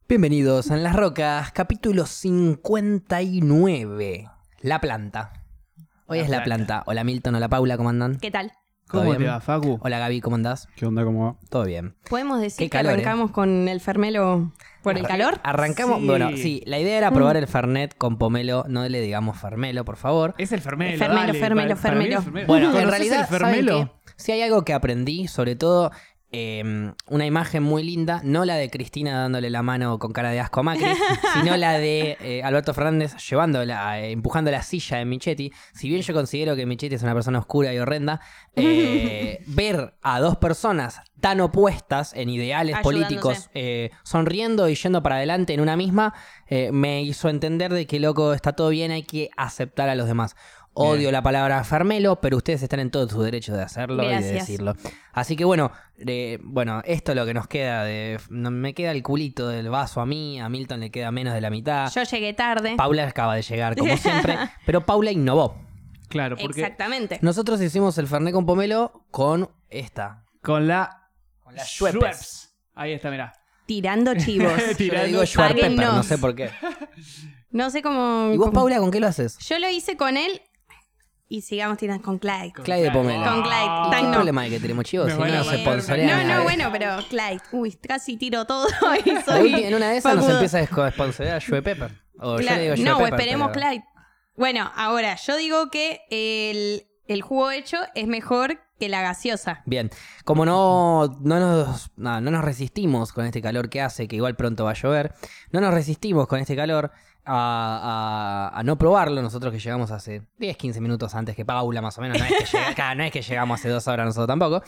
Bienvenidos a En las Rocas, capítulo 59. La planta. Hoy es la planta. Hola Milton, hola Paula, ¿cómo andan? ¿Qué tal? ¿Cómo te va, Facu? Hola Gaby, ¿cómo andás? ¿Qué onda? ¿Cómo va? Todo bien. ¿Podemos decir Qué que calor, arrancamos con el fermelo por el calor? Arrancamos, Sí. bueno, sí, la idea era probar el Fernet con pomelo, no le digamos fermelo, por favor. Es el fermelo, Fermelo, dale. fermelo, Para mí fermelo. es fermelo. Bueno, en ¿Conoces realidad, el fermelo? ¿saben qué? Si hay algo que aprendí, sobre todo una imagen muy linda, no la de Cristina dándole la mano con cara de asco a Macri, sino la de Alberto Fernández empujando la silla de Michetti. Si bien yo considero que Michetti es una persona oscura y horrenda, ver a dos personas tan opuestas en ideales políticos, sonriendo y yendo para adelante en una misma, me hizo entender de que, loco, está todo bien, hay que aceptar a los demás. Odio Bien. la palabra fermelo, pero ustedes están en todo su derecho de hacerlo y de Gracias. decirlo. Así que bueno, esto es lo que nos queda. Me queda el culito del vaso a mí, a Milton le queda menos de la mitad. Yo llegué tarde. Paula acaba de llegar, como siempre, pero Paula innovó. Claro, porque Exactamente. Nosotros hicimos el Fernet con pomelo con esta. con la Schweppes. Ahí está, mirá. Tirando chivos. Yo le Tirando- digo Schwarz Pepper, Páguennos. no sé por qué. No sé cómo... ¿Y vos, Paula, con qué lo haces? Yo lo hice con él y sigamos tirando con Clyde. Clyde de pomelo. Con Clyde. ¿Qué Tan no. problema hay que tenemos, chicos? Me Si van a no se matar. sponsorean. No, bueno, pero Clyde. Uy, casi tiro todo y La soy... última- en una de esas nos Facundo. empieza a sponsorear Schweppes Pepper. O yo Claro. le digo No, Schweppes o Pepper, esperemos pero- Clyde. Bueno, ahora, yo digo que el jugo hecho es mejor que la gaseosa. Bien, como no nos resistimos con este calor que hace, que igual pronto va a llover, no nos resistimos con este calor a no probarlo, nosotros que llegamos hace 10, 15 minutos antes que Paula más o menos, no es que llegamos hace 2 horas nosotros tampoco,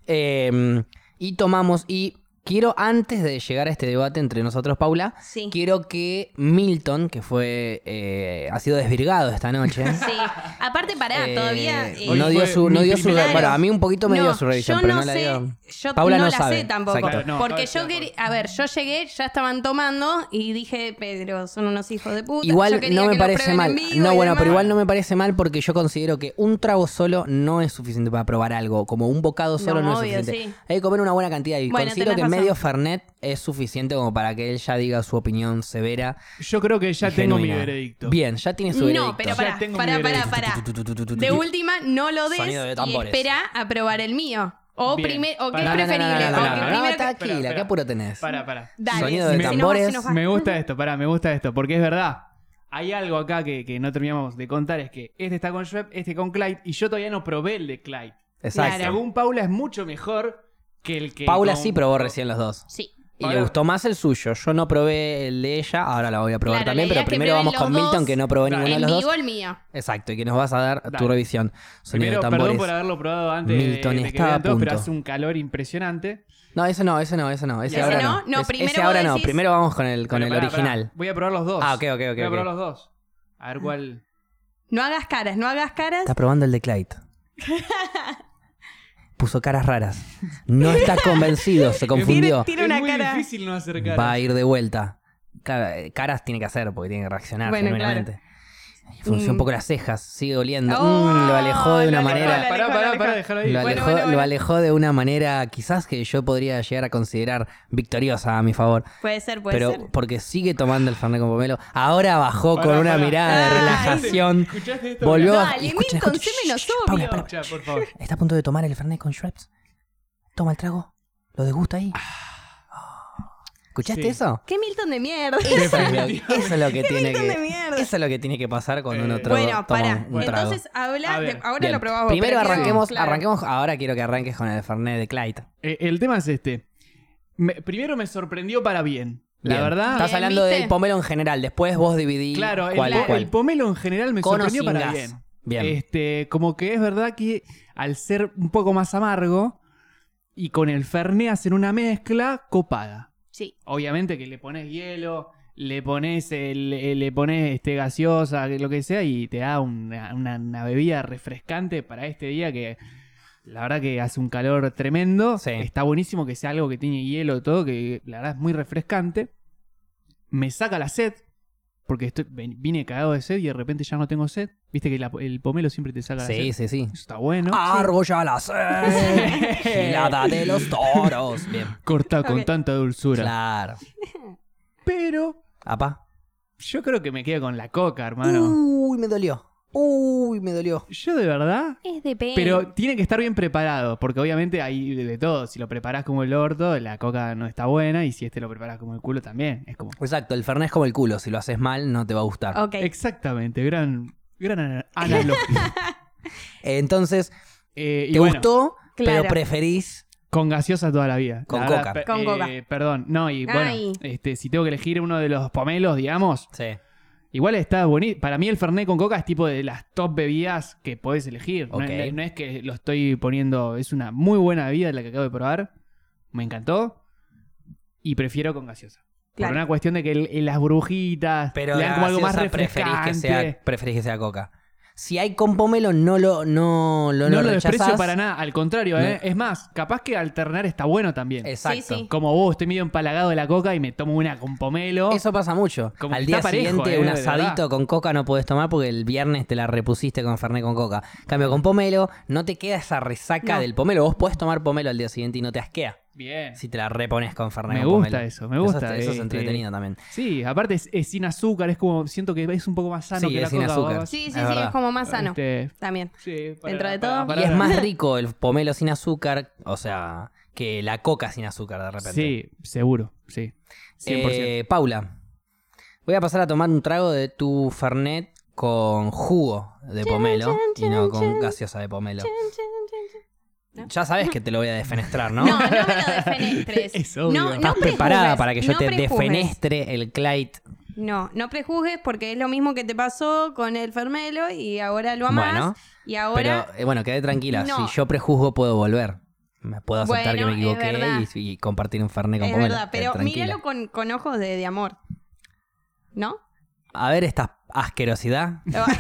y tomamos, y quiero, antes de llegar a este debate entre nosotros, Paula, Sí. quiero que Milton, que ha sido desvirgado esta noche, Sí. Aparte, pará, todavía... Hoy no dio fue su, mi no dio su primera- bueno, a mí un poquito me No, dio su revisión, yo pero no no la sé, dio. yo Paula no no la sabe, sé tampoco. exacto. No, Porque estoy yo de quería... acuerdo. A ver, yo llegué, ya estaban tomando y dije, pero son unos hijos de puta. Igual Yo quería no me que lo parece prueben mal. en vivo No, y bueno, demás. pero igual no me parece mal porque yo considero que un trago solo no es suficiente para probar algo. Como un bocado solo no, No, es obvio, suficiente. sí. Hay que comer una buena cantidad y Bueno, considero que tenés razón. medio Fernet es suficiente como para que él ya diga su opinión severa. Yo creo que ya y tengo mi genuina. veredicto. Bien, ya tiene su veredicto. No, pero Ya pará, tengo mi pará. veredicto. De última, no lo des Sonido de y tambores. espera a probar el mío. O, Bien. o qué es Pará. preferible. No, o no, que no, primero que- tranquila, Espera. ¿qué apuro tenés? Para. Dale, Sonido de se nos va, tambores. se nos va. Me gusta esto, porque es verdad. Hay algo acá que no terminamos de contar, es que este está con Schweppes, este con Clyde, y yo todavía no probé el de Clyde. Exacto. Claro. Según Paula es mucho mejor que el que... Paula con- sí probó recién los dos. Sí. Y le Paula- gustó más el suyo. Yo no probé el de ella, ahora la voy a probar Claro, también, la idea pero es que primero prueben vamos los con Milton, dos. que no probó Dale. ninguno de En los vivo dos. el mío. Exacto, y que nos vas a dar tu Dale. revisión. Sonido Primero, de tambores. perdón por haberlo probado antes Milton de que estaba vean a todos, pero punto. hace un calor impresionante. No, ese no. Ese ¿Ese ahora no? no. No, primero ese ahora vos no. decís- Primero vamos con el Pero pará, original. pará. Voy a probar los dos. Ah, ok. Voy a probar los dos. A ver cuál... No hagas caras, no hagas caras. Está probando el de Clyde. Puso caras raras. No está convencido, se confundió. Tiene una es muy cara. difícil no hacer cara. Va a ir de vuelta. Claro, caras tiene que hacer porque tiene que reaccionar Bueno, genuinamente. Frunció un poco las cejas, sigue oliendo. Oh, lo alejó de una lo alejó, manera. lo alejó. Pará, déjalo ahí. Lo Bueno, alejó, bueno. lo alejó de una manera quizás que yo podría llegar a considerar victoriosa a mi favor. Puede ser, puede Pero ser. porque sigue tomando el Fernet con pomelo. Ahora bajó con Pará, una pará. mirada de Ay. relajación. ¿Escuchaste esto? Volvió a... Dale, Escuchen, Milton, escuchen. sé menos Shh, obvio. Paula, Paula. Escucha, por favor. Está a punto de tomar el Fernet con Schweppes. Toma el trago. ¿Lo desgusta ahí? ¿Escuchaste Sí. eso? ¡Qué Milton de mierda! Eso es lo que tiene Milton de que... mierda! Eso es lo que tiene que pasar cuando uno Bueno, toma pará. un trago. Entonces habla. A ver. Ahora Bien. lo probamos. Primero pero arranquemos, claro. arranquemos. Ahora quiero que arranques con el Fernet de Clyde. El tema es este. Primero me sorprendió para bien. La Bien. verdad... Estás Bien, hablando ¿viste? del pomelo en general. Después vos dividí Claro, cuál. el pomelo en general me Con o sorprendió sin para gas. bien. Bien. Como que es verdad que al ser un poco más amargo y con el Fernet hacen una mezcla copada. Sí. Obviamente que le pones hielo, le pones gaseosa, lo que sea, y te da una bebida refrescante para este día que la verdad que hace un calor tremendo. Sí. Está buenísimo que sea algo que tiene hielo todo, que la verdad es muy refrescante. Me saca la sed, porque vine cagado de sed y de repente ya no tengo sed. Viste que el pomelo siempre te saca la sed. Sí, sí, sí. Eso está bueno. Argolla la sed, gilada de los toros. Bien. Corta con Ok. tanta dulzura. Claro. Pero Apa. yo creo que me quedo con la coca, hermano. Uy, me dolió. Uy, me dolió. Yo de verdad... Es depende. Pero tiene que estar bien preparado, porque obviamente hay de todo. Si lo preparás como el orto, la coca no está buena, y si lo preparás como el culo también. Es como... Exacto, el Fernet es como el culo. Si lo haces mal, no te va a gustar. Ok. Exactamente, gran analogía. Entonces, Y ¿te bueno, gustó? Claro. Pero preferís... con gaseosa toda la vida. Con La coca. Con coca. Perdón, no, y bueno, Ay. si tengo que elegir uno de los pomelos, digamos, Sí. igual está bonito. Para mí el Fernet con coca es tipo de las top bebidas que podés elegir. Ok. No es que lo estoy poniendo, es una muy buena bebida la que acabo de probar. Me encantó. Y prefiero con gaseosa. Claro. Por una cuestión de que las burbujitas Pero le dan como algo más gaseosa refrescante. preferís que sea coca. Si hay con pomelo, no lo No lo rechazás. desprecio para nada, al contrario, No. Es más, capaz que alternar está bueno también. Exacto. Sí, sí. Como vos, estoy medio empalagado de la coca y me tomo una con pomelo. Eso pasa mucho. Como Al que día está parejo, siguiente, un de asadito verdad. con coca no puedes tomar porque el viernes te la repusiste con Fernet con coca. En cambio, con pomelo, no te queda esa resaca No. del pomelo. Vos podés tomar pomelo al día siguiente y no te asquea. Bien. Si te la repones con Fernet Me con gusta pomelo. eso, me gusta. Eso es entretenido también. Sí, aparte es sin azúcar, es como, siento que es un poco más sano Sí, que la es sin coca. azúcar. babas. Sí, Es sí, sí, verdad. es como más sano. Sí, También. Dentro de para- todo. para- Y es más rico el pomelo sin azúcar, o sea, que la coca sin azúcar de repente. Sí, seguro, sí. 100%. Paula, voy a pasar a tomar un trago de tu Fernet con jugo de pomelo y no con gaseosa de pomelo. ¿No? Ya sabes que te lo voy a defenestrar, ¿no? No, no me lo defenestres. Es obvio. No, no ¿Estás preparada prejuzgues, para que yo no te prejuzgues. defenestre el Clyde? No, no prejuzgues porque es lo mismo que te pasó con el Fermelo y ahora lo amás. Bueno, y ahora... Pero bueno, quedé tranquila. No. Si yo prejuzgo, puedo volver. Me puedo aceptar Bueno, que me es verdad. equivoqué y compartir un Fernet con es pomelo. verdad, pero Tranquila. míralo con ojos de amor. ¿No? A ver esta asquerosidad.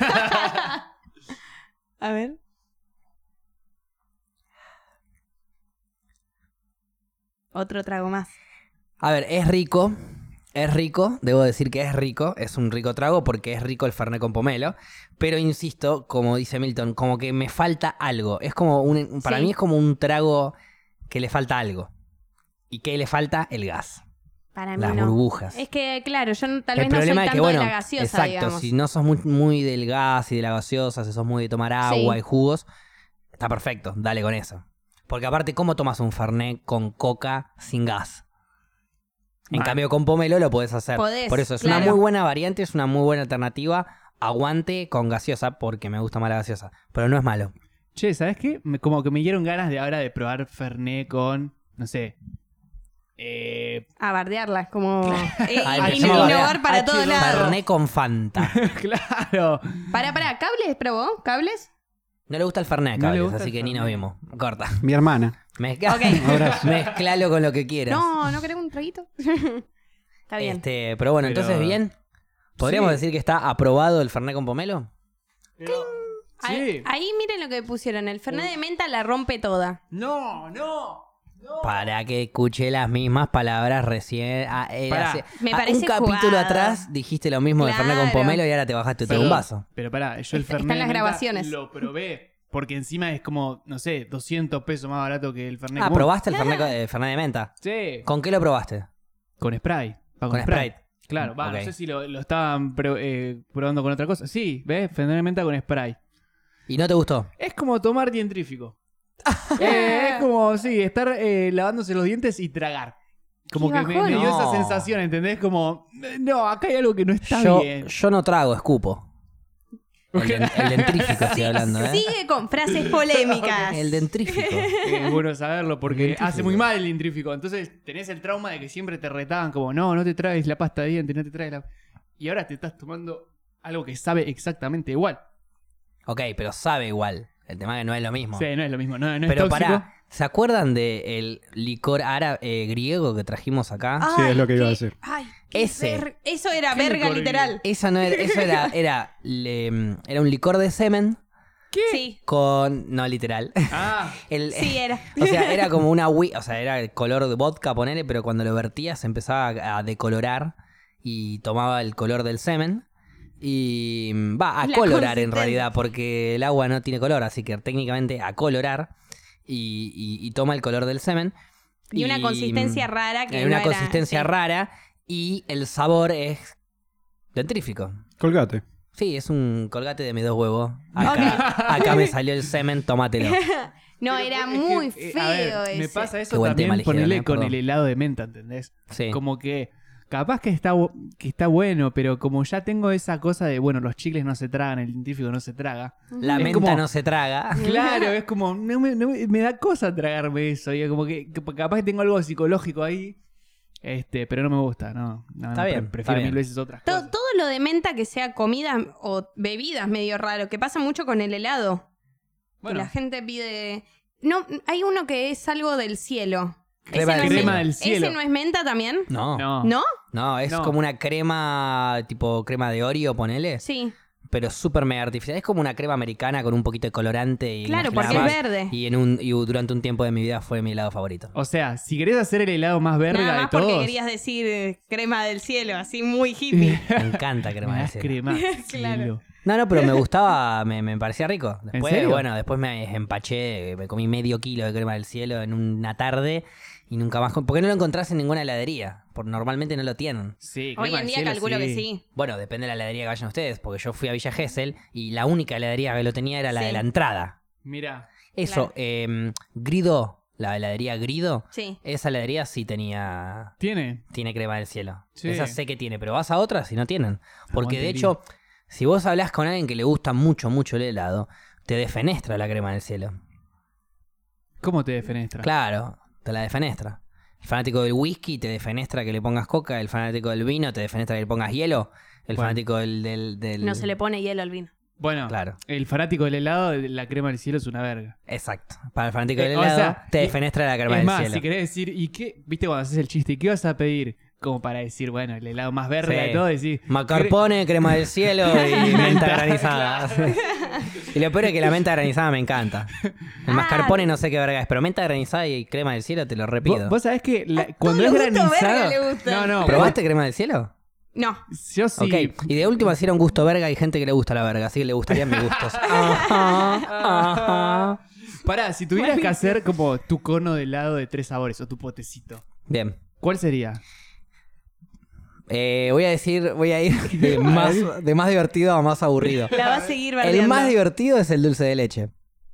A ver. Otro trago más. A ver, es rico, debo decir que es rico, es un rico trago porque es rico el Fernet con pomelo, pero insisto, como dice Milton, como que me falta algo, es como para Sí. mí es como un trago que le falta algo. ¿Y qué le falta? El gas, Para mí las no. burbujas. Es que, claro, yo tal El vez no soy problema tanto es que, bueno, de la gaseosa, exacto, digamos. si no sos muy del gas y de la gaseosa, si sos muy de tomar agua Sí. y jugos, está perfecto, dale con eso. Porque aparte, ¿cómo tomas un Fernet con coca sin gas? En Mal. cambio, con pomelo lo podés hacer. Podés, Por eso es claro. una muy buena variante, es una muy buena alternativa. Aguante con gaseosa porque me gusta más la gaseosa. Pero no es malo. Che, ¿sabes qué? Como que me dieron ganas de ahora de probar Fernet con, no sé... A bardearlas, como Ay, me innovar llama bardear. para H2O. todos lados. Fernet con Fanta. claro. Para, ¿cables probó? ¿Cables? No le gusta el Fernet, No le cables, gusta así el que ni nos Fernet. vimos. Corta. Mi hermana. Ok. Mezclalo con lo que quieras. No querés un traguito. Está bien. Pero bueno, Pero- entonces bien. ¿Podríamos Sí. decir que está aprobado el Fernet con pomelo? Ahí, Sí. ahí miren lo que pusieron. El Fernet de menta la rompe toda. No. Para que escuché las mismas palabras recién. Pará. Me un parece capítulo jugado. atrás dijiste lo mismo del Fernet con Claro. pomelo y ahora te bajaste todo Pero- un vaso. Pero pará, yo el Está- Fernet están las de menta grabaciones. lo probé. Porque encima es como, no sé, 200 pesos más barato que el Fernet. Ah, común. ¿probaste el Fernet de menta? Sí. ¿Con qué lo probaste? Con spray. Va Con Sprite. Claro, va, Ok. no sé si lo estaban probando con otra cosa. Sí, ¿ves? Fernet de menta con spray. ¿Y no te gustó? Es como tomar dientrífico. Es como, sí, estar lavándose los dientes y tragar. Como Qué que me bajón. dio esa No. sensación, ¿entendés? Como, no, acá hay algo que no está Yo, bien. yo no trago, escupo. El dentrífico estoy hablando, ¿eh? Sigue con frases polémicas. El dentrífico. Es bueno saberlo porque Dentrífico. hace muy mal el dentrífico. Entonces tenés el trauma de que siempre te retaban como, no te traes la pasta de dientes, no te traes la... Y ahora te estás tomando algo que sabe exactamente igual. Ok, pero sabe igual. El tema es que no es lo mismo. Sí, no es lo mismo, no es Pero tóxico. pará, ¿se acuerdan del licor árabe, griego que trajimos acá? Sí, es lo que iba a qué- decir. Ay, qué Ese. eso era ¿Qué verga licor literal. Eso no era, eso era un licor de semen Sí, con, no literal. Ah, sí era. O sea, era como una o sea, era el color de vodka, ponele, pero cuando lo vertías se empezaba a decolorar y tomaba el color del semen. Y va a La colorar en consistencia. realidad, porque el agua no tiene color, así que técnicamente a colorar y toma el color del semen. Y una consistencia rara que una no era- consistencia sí. rara. Y el sabor es dentífrico. Colgate. Sí, es un colgate de mis 2 huevos. Acá me salió el semen, tómatelo. No, era muy a feo ver, ese. me pasa Qué eso buen tema también eligieron, ponerle con perdón. el helado de menta, ¿entendés? Sí. Como que capaz que está bueno, pero como ya tengo esa cosa de, bueno, los chicles no se tragan, el dentífrico no se traga. La Es menta como- no se traga. Claro, es como, me da cosa tragarme eso. Y como que capaz que tengo algo psicológico ahí. Pero no me gusta, no. Está bien, Prefiero está bien. mil veces otras cosas. Todo lo de menta que sea comida o bebidas medio raro, que pasa mucho con el helado. Bueno, Que la gente pide... No, hay uno que es algo del cielo. Crema Ese del no es cielo. men- del cielo. ¿Ese no es menta también? No. no. ¿No? Es No. como una crema, tipo crema de Oreo, ponele. Sí. Pero súper mega artificial. Es como una crema americana con un poquito de colorante. Y Claro, mezclada porque es más. verde. Y durante un tiempo de mi vida fue mi helado favorito. O sea, si querés hacer el helado más verga Nada de más porque todos... querías decir crema del cielo, así muy hippie. Me encanta crema me de das cielo. crema. Claro. cielo. No, pero me gustaba, me parecía rico. Después, serio? bueno, después me empaché, me comí medio kilo de crema del cielo en una tarde y nunca más. Porque no lo encontrás en ninguna heladería. Porque normalmente no lo tienen. Sí, Hoy crema en del día cielo, calculo que sí. Bueno, depende de la heladería que vayan ustedes, porque yo fui a Villa Gesell y la única heladería que lo tenía era la Sí. de la entrada. Mira, Eso, Grido, la heladería Grido, Sí. esa heladería sí tiene crema del cielo. Sí. Esa sé que tiene, pero vas a otras y no tienen. Porque Aguante de Grido. hecho, si vos hablas con alguien que le gusta mucho, mucho el helado, te defenestra la crema del cielo. ¿cómo te defenestra? Claro, te la defenestra. El fanático del whisky te defenestra que le pongas coca, el fanático del vino te defenestra que le pongas hielo, el Bueno. fanático del... No se le pone hielo al vino. Bueno, Claro. el fanático del helado, la crema del cielo es una verga. Exacto. Para el fanático del o helado, sea, te y- defenestra la crema Es del más, cielo. si querés decir, ¿y qué? ¿Viste cuando haces el chiste? ¿Y qué vas a pedir? Como para decir, bueno, el helado más verga Sí. de todo, decir... Mascarpone, crema del cielo y menta granizada. Y lo peor es que la menta granizada me encanta. El mascarpone no sé qué verga es, pero menta granizada y crema del cielo te lo repido. Vos sabés que cuando todo es le gusta granizado... verga le gusta. No, ¿Probaste crema del cielo? No. yo sí... Ok, y de última si era un gusto verga, hay gente que le gusta la verga, así que le gustarían mis gustos. Ajá, ajá. Pará, si tuvieras que hacer como tu cono de helado de 3 sabores o tu potecito, Bien. ¿cuál sería? Voy a ir de más divertido a más aburrido. La va a seguir bardeando. El más divertido es el dulce de leche.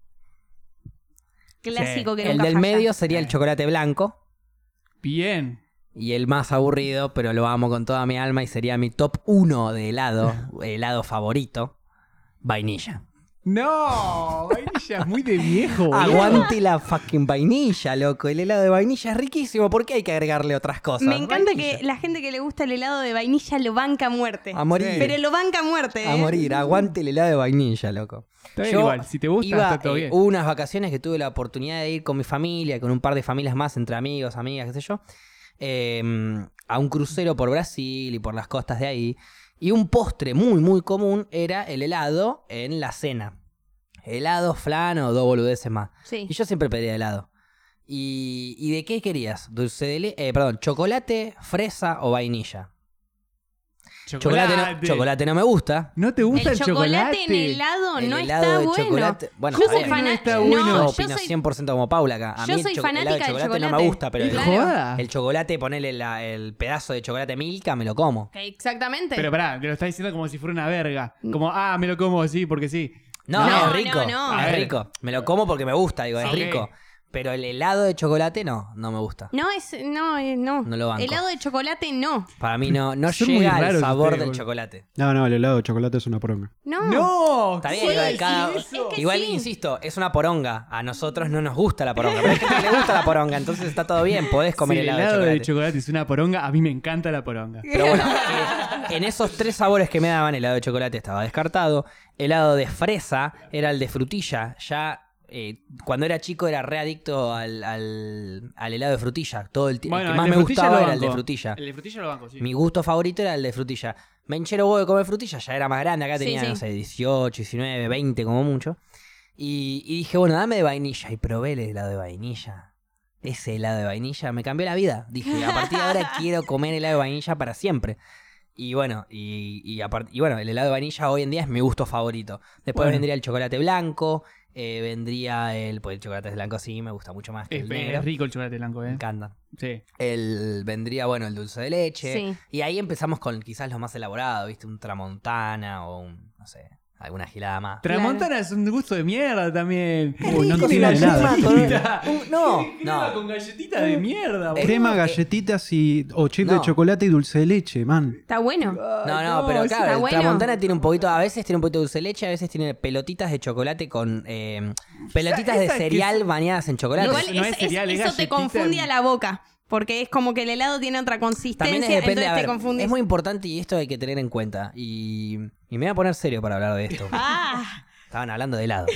Clásico que El nunca del falla. medio sería el chocolate blanco. Bien. Y el más aburrido, pero lo amo con toda mi alma y sería mi top 1 de helado favorito, vainilla. No, vainilla es muy de viejo, boludo. Aguante la fucking vainilla, loco. El helado de vainilla es riquísimo. ¿Por qué hay que agregarle otras cosas? Me encanta Vainilla. que la gente que le gusta el helado de vainilla lo banca a muerte. A morir. Pero lo banca a muerte, A morir. Aguante el helado de vainilla, loco. Está bien, igual, si te gusta, iba, está todo bien. Hubo unas vacaciones que tuve la oportunidad de ir con mi familia, con un par de familias más, entre amigos, amigas, qué sé yo, a un crucero por Brasil y por las costas de ahí. Y un postre muy, muy común era el helado en la cena. Helado, flan o 2 boludeces más. Sí. Y yo siempre pedía helado. ¿Y de qué querías? Dulce de chocolate, fresa o vainilla. Chocolate no me gusta. ¿No te gusta El el chocolate chocolate? en helado El no helado está de bueno. chocolate. Bueno, Yo está soy bien. No está fanática. bueno. Yo No, opino yo soy 100% como Paula acá. A yo mí el soy helado fanática de del chocolate no me chocolate. gusta, pero ¿Y Claro. joda? el chocolate, ponele el pedazo de chocolate Milka, me lo como. Ok, exactamente. Pero pará, te lo estás diciendo como si fuera una verga. Como, me lo como así, porque sí. No, No, es rico. no. A Es ver. rico. Me lo como porque me gusta, digo, es Ok. rico. Pero el helado de chocolate no me gusta. No, no. No lo banco. Helado de chocolate no. Para mí no Son muy llega al raros sabor ustedes, del boludo. chocolate. No, el helado de chocolate es una poronga. No. ¡No! Está bien, Sí, igual, sí, es que igual sí. insisto, es una poronga. A nosotros no nos gusta la poronga. Pero hay gente que le gusta la poronga, entonces está todo bien. Podés comer Si el helado de chocolate. chocolate es una poronga, a mí me encanta la poronga. Pero bueno, en esos 3 sabores que me daban, helado de chocolate estaba descartado. Helado de fresa era el de frutilla. Ya cuando era chico era readicto al helado de frutilla. Todo el que Bueno, más el me de frutilla gustaba lo era el de banco. frutilla. El de frutilla lo banco, sí. Mi gusto favorito era el de frutilla. Me hinché los huevos de comer frutilla, ya era más grande. Acá Sí, tenía, sí. no sé, 18, 19, 20 como mucho. Y dije, bueno, dame de vainilla. Y probé el helado de vainilla. Ese helado de vainilla me cambió la vida. Dije, a partir de ahora quiero comer helado de vainilla para siempre. Y bueno, y bueno, el helado de vainilla hoy en día es mi gusto favorito. Después Bueno. vendría el chocolate blanco, Vendría pues el chocolate blanco, sí, me gusta mucho más que el negro. Es rico el chocolate blanco, Me encanta. Sí. Vendría, bueno, el dulce de leche. Sí. Y ahí empezamos con quizás lo más elaborado, ¿viste? Un tramontana o un, no sé, alguna gilada más. Tramontana es un gusto de mierda también. Uy, no rico, tiene si la nada. crema No, Crema no. con galletita de mierda. boludo. Crema, galletitas o chip de No. chocolate y dulce de leche, man. Está bueno. No, pero está claro, el bueno. tramontana tiene un poquito, a veces tiene un poquito de dulce de leche, a veces tiene pelotitas de chocolate con pelotitas de esa que cereal bañadas en chocolate. No, Igual no es cereal, es eso te galletita. confunde a la boca. Porque es como que el helado tiene otra También consistencia, depende, entonces a ver, te confundís. es muy importante y esto hay que tener en cuenta. Y me voy a poner serio para hablar de esto. Ah, Estaban hablando de helado.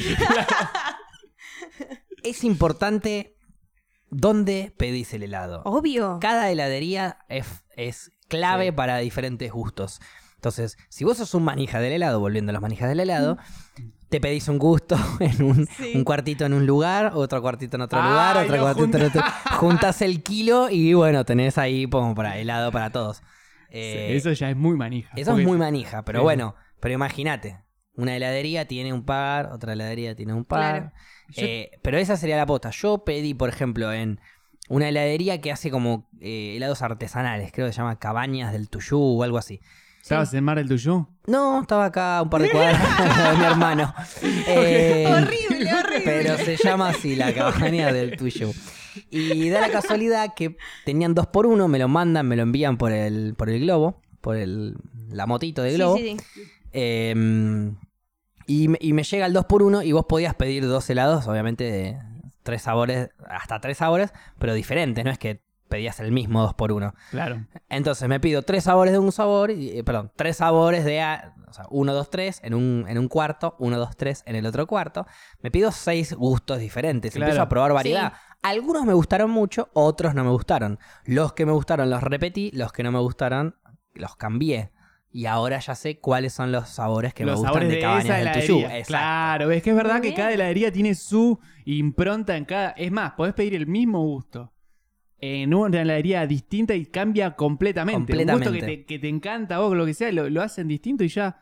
Es importante dónde pedís el helado. obvio. Cada heladería es clave para diferentes gustos. Entonces, si vos sos un manija del helado, volviendo a las manijas del helado, te pedís un gusto en un cuartito en un lugar, otro cuartito en otro lugar, otro cuartito en otro. Juntás el kilo y bueno, tenés ahí como para helado para todos. Eso ya es muy manija. Eso Porque- es muy manija, pero Sí. bueno, pero imagínate, una heladería tiene un par, otra heladería tiene un par. Claro. Pero esa sería la posta. Yo pedí, por ejemplo, en una heladería que hace como helados artesanales, creo que se llama Cabañas del Tuyú o algo así. ¿Estabas en Mar del Tuyú? No, estaba acá a un par de cuadras de mi hermano. Horrible, horrible. Pero se llama así, la Cabaña del Tuyú. Y da la casualidad que tenían 2x1, me lo mandan, me lo envían por el globo, la motito de globo. Sí. Y me llega el 2x1 y vos podías pedir 2 helados, obviamente de 3 sabores, hasta 3 sabores, pero diferentes, no es que pedías el mismo 2x1. Claro. Entonces me pido 3 sabores de un sabor, 3 sabores de 1, 2, 3 en un cuarto, 1, 2, 3 en el otro cuarto. Me pido 6 gustos diferentes, Claro. empiezo a probar variedad. Algunos me gustaron mucho, otros no me gustaron. Los que me gustaron los repetí, los que no me gustaron los cambié. Y ahora ya sé cuáles son los sabores que Los me gustan sabores de de Cabañas esa del heladería. Tuyú. Exacto. Claro, es que es verdad Muy que bien. cada heladería tiene su impronta en cada... Es más, podés pedir el mismo gusto en una heladería distinta y cambia completamente. Un gusto Completamente. que te encanta a vos, lo que sea, lo hacen distinto y ya...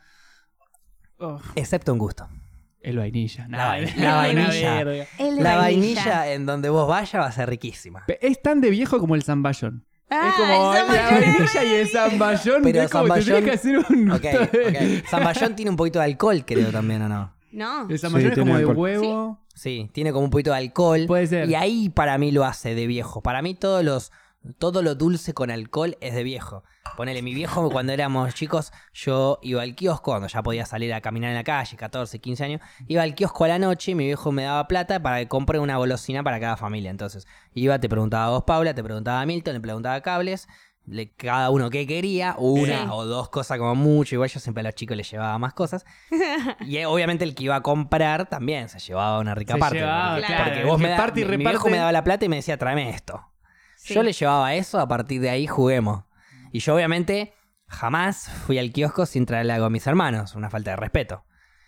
Oh, Excepto un gusto. el vainilla. La Nah, vainilla. una La vainilla. verga. El de La vainilla. vainilla en donde vos vayas va a ser riquísima. Es tan de viejo como el zamballón. Ah, es como el la zamballón. vainilla y el zamballón. Pero es como que zamballón- tenés que hacer un... Ok. Zamballón tiene un poquito de alcohol, creo también, ¿o no? No. El zamballón es tiene como de alcohol. huevo. Sí, tiene como un poquito de alcohol. Puede ser. Y ahí para mí lo hace de viejo. Para mí todo lo dulce con alcohol es de viejo. Ponele, mi viejo cuando éramos chicos, yo iba al kiosco, cuando ya podía salir a caminar en la calle, 14, 15 años, iba al kiosco a la noche y mi viejo me daba plata para que compre una golosina para cada familia. Entonces, iba, te preguntaba a vos, Paula, te preguntaba a Milton, le preguntaba a Cables, cada uno qué quería, una Sí. o dos cosas como mucho, igual yo siempre a los chicos les llevaba más cosas. Y obviamente el que iba a comprar también se llevaba una rica Se parte. llevaba, porque, claro. porque vos El que parte y mi viejo reparte. me daba la plata y me decía, tráeme esto. Sí. Yo le llevaba eso, a partir de ahí juguemos. Y yo obviamente jamás fui al kiosco sin traerle algo a mis hermanos, una falta de respeto.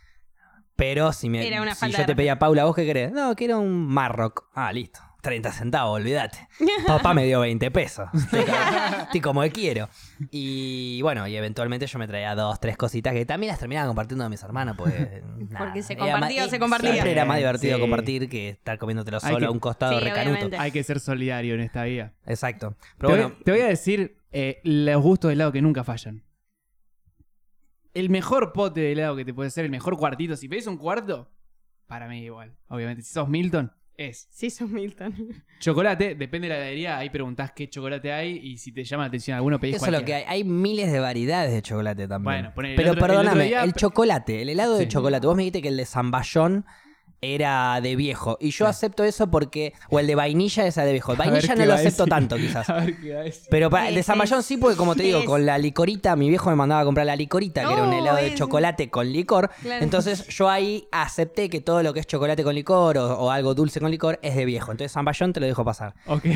Pero si Era una si falta yo de te pedía, Paula, ¿vos qué querés? No, quiero un Marrock. Ah, listo. 30 centavos, olvídate. Papá me dio 20 pesos. Estoy como que quiero. Y bueno, y eventualmente yo me traía 2, 3 cositas que también las terminaba compartiendo a mis hermanos. Porque, Porque se era compartía más- o se compartía. Siempre era más divertido Sí. compartir que estar comiéndotelo Hay solo que- a un costado Sí, recanuto. obviamente. Hay que ser solidario en esta vida. Exacto. Pero Te, bueno, te voy a decir los gustos de helado que nunca fallan. El mejor pote de helado que te puede ser, el mejor cuartito. Si pedís un cuarto, para mí igual. Obviamente, si sos Milton, es Sí, sos Milton. chocolate. Depende de la heladería. Ahí preguntás qué chocolate hay y si te llama la atención alguno, pedís eso es lo que cualquiera. hay. Hay miles de variedades de chocolate también. Bueno, ponele, pero el otro perdóname, día- el chocolate, el helado de Sí. chocolate. Vos me dijiste que el de zamballón era de viejo. Y yo Sí. acepto eso porque... O el de vainilla esa de viejo. El A ver vainilla qué no lo va a acepto decir. tanto, quizás. A ver qué va a decir. Pero el de Ese zamballón es- sí, porque como te digo, es- con la licorita, mi viejo me mandaba a comprar la licorita, que era un Oh, helado de es- chocolate con licor. Claro. Entonces yo ahí acepté que todo lo que es chocolate con licor o algo dulce con licor es de viejo. Entonces zamballón te lo dejo pasar. Ok.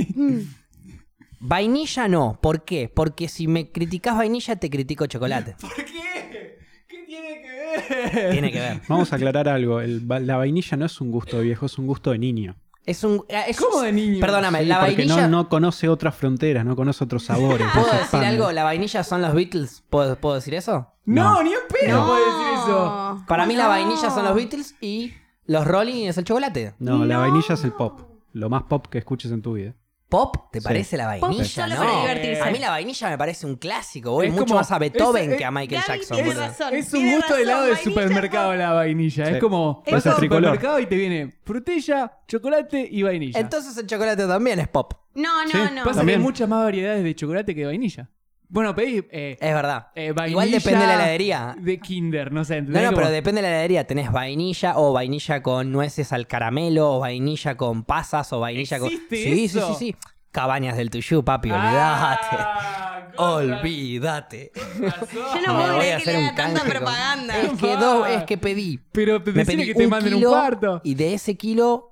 Vainilla no. ¿Por qué? Porque si me criticás vainilla, te critico chocolate. ¿Por qué? ¿Qué tiene que ver? Tiene que ver. Vamos a aclarar algo. La vainilla no es un gusto de viejo, es un gusto de niño. ¿Cómo de niño? Perdóname, Sí, la porque vainilla... no conoce otras fronteras, no conoce otros sabores. no ¿Puedo se decir expande. algo? ¿La vainilla son los Beatles? ¿Puedo decir eso? No, No. ni en pedo puede decir eso. Para mí la vainilla son los Beatles y Los Rolling es el chocolate. No, la vainilla es el pop. Lo más pop que escuches en tu vida. ¿Pop? ¿Te Sí. parece la vainilla? solo No. para divertirse. A mí la vainilla me parece un clásico. Voy Es mucho como- más a Beethoven es- que a Michael Gaby Jackson. tiene boludo. razón. Es un Tiene gusto de helado de razón, supermercado vainilla, la vainilla. Sí. Es como Es vas al como- supermercado y te viene frutilla, chocolate y vainilla. Entonces el chocolate también es pop. No, Sí, no. Pasa también. que hay muchas más variedades de chocolate que de vainilla. Bueno, pedí Es verdad. vainilla Igual depende de la heladería. de Kinder, no sé. No, ¿entendés? no, Como- pero depende de la heladería. Tenés vainilla o vainilla con nueces al caramelo o vainilla con pasas o vainilla con... ¿Existe Sí, sí, eso? sí, sí. Cabañas del Tuyú, papi, Ah, olvídate. Olvídate. Yo Me no puedo voy a creer que hacer le un haga tanta canje con- propaganda. Es que pedí. Pero te Me decía pedí que te un manden kilo un cuarto. y de ese kilo...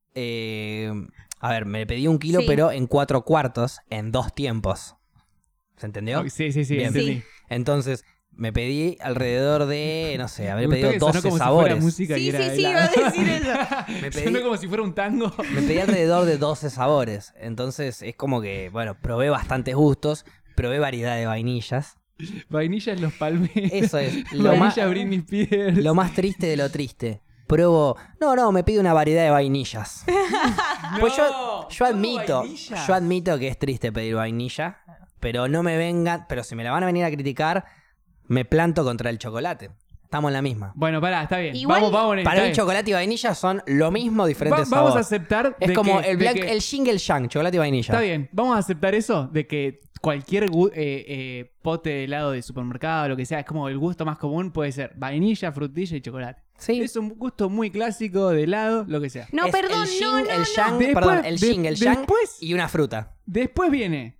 a ver, me pedí un kilo Sí. pero en 4 cuartos, en 2 tiempos. ¿Se entendió? Sí, sí, sí, Bien. entendí. Sí. Entonces, me pedí alrededor de, no sé, haber Me gustó pedido que sonó 12 como si sabores. fuera música y Sí, era sí, sí, helado. iba a decir eso. Me pedí, Sonó como si fuera un tango. me pedí alrededor de 12 sabores. Entonces, es como que, bueno, probé bastantes gustos, probé variedad de vainillas. Vainilla en los palmeros. Eso es, lo más, Vainilla Britney Spears. lo más triste de lo triste. Pruebo, no, me pido una variedad de vainillas. Pues yo ¿todo admito, vainilla? yo admito que es triste pedir vainilla, pero no me vengan, pero si me la van a venir a criticar, me planto contra el chocolate. Estamos en la misma. Bueno, pará, está bien. Igual- Vamos. Para está mí bien. chocolate y vainilla son lo mismo, diferentes Vamos a sabores. aceptar. Es de como que- el, de black, que- el Jingle Yang, chocolate y vainilla. Está bien, vamos a aceptar eso de que cualquier pote de helado de supermercado, lo que sea, es como el gusto más común puede ser vainilla, frutilla y chocolate. Sí. Es un gusto muy clásico de helado, lo que sea. No, Es perdón, el no, yin, no, el no. yang, Después- perdón, el de- yin, el yang después- y una fruta. Después viene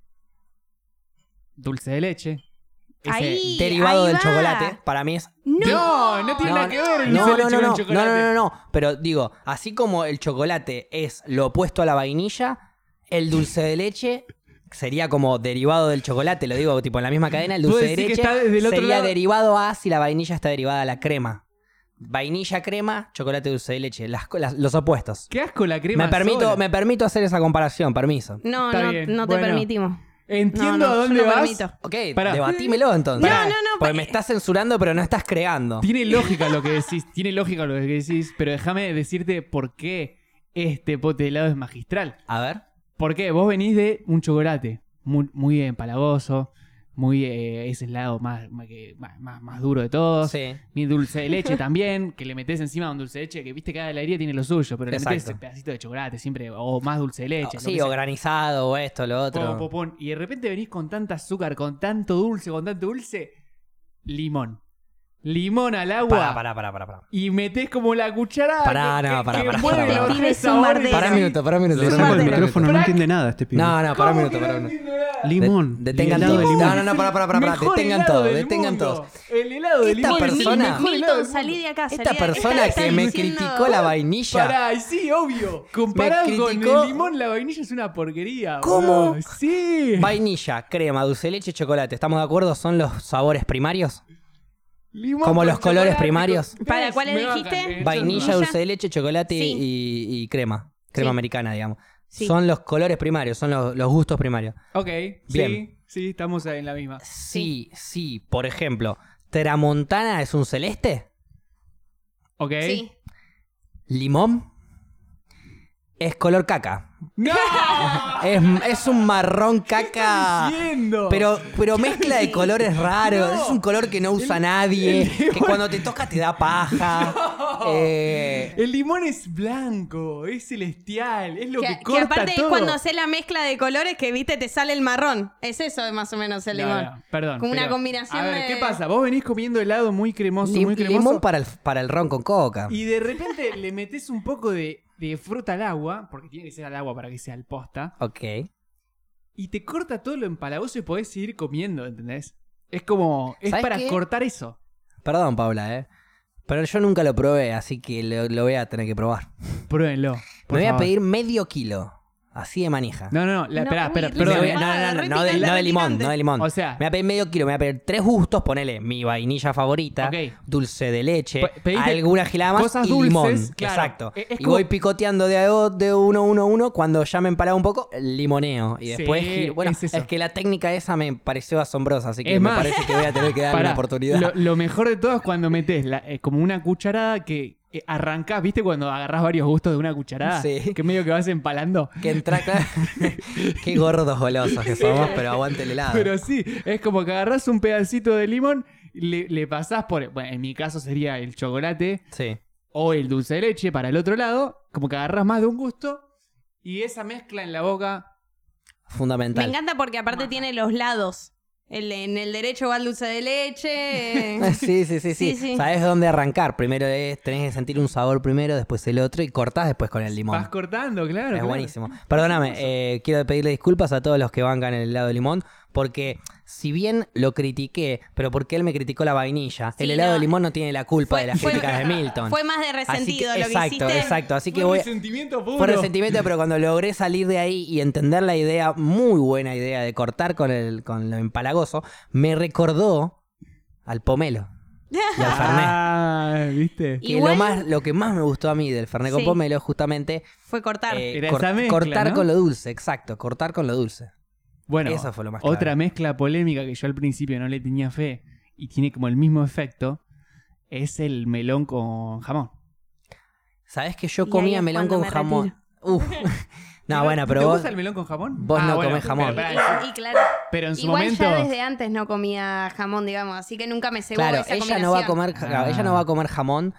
dulce de leche. Ese- Ahí, Derivado ahí del va. chocolate, para mí es... No tiene nada que ver el no, dulce de leche no, con no, el chocolate. no, pero digo, así como el chocolate es lo opuesto a la vainilla, el dulce de leche sería como derivado del chocolate, lo digo tipo en la misma cadena, el Puedo dulce de decir que leche está desde el otro sería lado. derivado a si la vainilla está derivada a la crema. Vainilla, crema, chocolate, dulce de leche, los opuestos. Qué asco la crema sola. Me permito hacer esa comparación, permiso. No, Está no, bien, no te bueno. permitimos. Entiendo No, a yo dónde no vas. permito. Ok, Pará. debatímelo entonces. Pará. No, Porque me estás censurando, pero no estás creando. Tiene lógica lo que decís, pero déjame decirte por qué este pote de helado es magistral. A ver. ¿Por qué? Vos venís de un chocolate muy empalagoso, muy ese helado más duro de todos. Sí. Mi dulce de leche también, que le metés encima un dulce de leche, que viste cada heladería tiene lo suyo, pero le metés Exacto. ese pedacito de chocolate siempre, o más dulce de leche. lo Sí, que o sea. granizado, o esto, lo otro. Pum, pum, pum. Y de repente venís con tanta azúcar, con tanto dulce, limón. Limón al agua. Pará. Y metés como la cucharada. Pará, que- no, que- pará, que pará, mueve pará, los pará. tres Es un sabores. bardero. Pará un minuto, pará un minuto. Le pará un saco el minuto. micrófono, no Frank. entiende nada este pibe. No, no, pará un ¿Cómo minuto, que pará no un minuto. entiendo nada? Limón. Detengan helado de todo. limón. No, pará. Mejor Detengan helado todo, del detengan mundo. todos. El helado de Esta limón es el persona- mejor helado del Milton, mundo. salí de acá. salí Esta de acá. persona Estás que me diciendo- criticó la vainilla. Pará, y sí, obvio. Comparado con criticó- el limón, la vainilla es una porquería. ¿Cómo? boludo. Sí. Vainilla, crema, dulce de leche, chocolate. ¿Estamos de acuerdo? ¿Son los sabores primarios? Limón como con los colores chocolate, primarios. ¿Para cuáles me dijiste? bajan, Vainilla, Vainilla. dulce de leche, chocolate Sí. y crema. Crema Sí. americana, digamos. Sí. Son los colores primarios, son los gustos primarios. Ok, Bien. sí, estamos en la misma. Sí. Por ejemplo, ¿Tramontana es un celeste? Ok. Sí. ¿Limón? Es color caca. ¡No! Es un marrón caca. Diciendo? Pero mezcla de colores raros. No. Es un color que no usa nadie. Que cuando te toca te da paja. El limón es blanco, es celestial, es lo que, Que corta aparte todo. es cuando haces la mezcla de colores que viste te sale el marrón. Es eso más o menos el No, limón. no, perdón. Como una pero, combinación A ver, de- ¿qué pasa? Vos venís comiendo helado muy cremoso, muy cremoso. Limón para el ron con coca. Y de repente le metes un poco de fruta al agua, porque tiene que ser al agua para que sea al posta, Ok. y te corta todo lo empalagoso y podés seguir comiendo, ¿entendés? Es como, es ¿Sabes para qué? cortar eso. Perdón, Paula, pero yo nunca lo probé, así que lo voy a tener que probar. Pruébenlo. por Me voy a favor. pedir medio kilo. Así de manija. No, No, espera, uy, Me perdón. voy a- no, no de re limón, picante. no de limón. O sea- me voy a pedir medio kilo, me voy a pedir 3 gustos, ponele mi vainilla favorita, Ok. dulce de leche, Pediste alguna gilada más cosas y dulces, limón. claro. Exacto. Es Y como- voy picoteando de uno. Cuando ya me empalaga un poco, limoneo. Y Sí, después, bueno, es eso. es que la técnica esa me pareció asombrosa, así que Es me más, parece que voy a tener que darle Pará, una oportunidad. Lo mejor de todo es cuando metes como una cucharada que arrancás, ¿viste? Cuando agarrás varios gustos de una cucharada. Sí. Que medio que vas empalando. Que entra, claro. Qué gordos golosos que somos, pero aguante el helado. Pero sí, es como que agarrás un pedacito de limón, le pasás por... Bueno, en mi caso sería el chocolate Sí. o el dulce de leche para el otro lado. Como que agarrás más de un gusto y esa mezcla en la boca... Fundamental. Me encanta porque aparte tiene los lados. En el derecho va el dulce de leche. Sí. Sí. Sabes dónde arrancar. Primero tenés que sentir un sabor primero, después el otro y cortás después con el limón. Vas cortando, claro. Es claro. buenísimo. Perdóname, quiero pedirle disculpas a todos los que bancan el helado de limón, porque si bien lo critiqué, pero porque él me criticó la vainilla, Sí, el helado no. de limón no tiene la culpa de las críticas de Milton. Fue más de resentido Así que, lo que hiciste. exacto. Así que Fue voy... resentimiento puro. Fue resentimiento, pero cuando logré salir de ahí y entender la idea, muy buena idea de cortar con lo empalagoso, me recordó al pomelo y al fernet. Ah, ¿viste? Y- Que Igual- lo que más me gustó a mí del fernet con Sí. pomelo es justamente Fue cortar. Era esa mezcla, cortar ¿no? con lo dulce, exacto, cortar con lo dulce. Bueno, Eso fue lo más clave. otra mezcla polémica que yo al principio no le tenía fe y tiene como el mismo efecto es el melón con jamón. ¿Sabés que yo Y comía ahí es melón cuando con me jamón? retiro. Uf. No, bueno, pero ¿Te vos, gusta el melón con jamón? vos no bueno, comés jamón. Y claro, Pero en su igual momento... ya desde antes no comía jamón, digamos, así que nunca me cebó claro, esa ella no va a combinación. comer, ella no va a comer jamón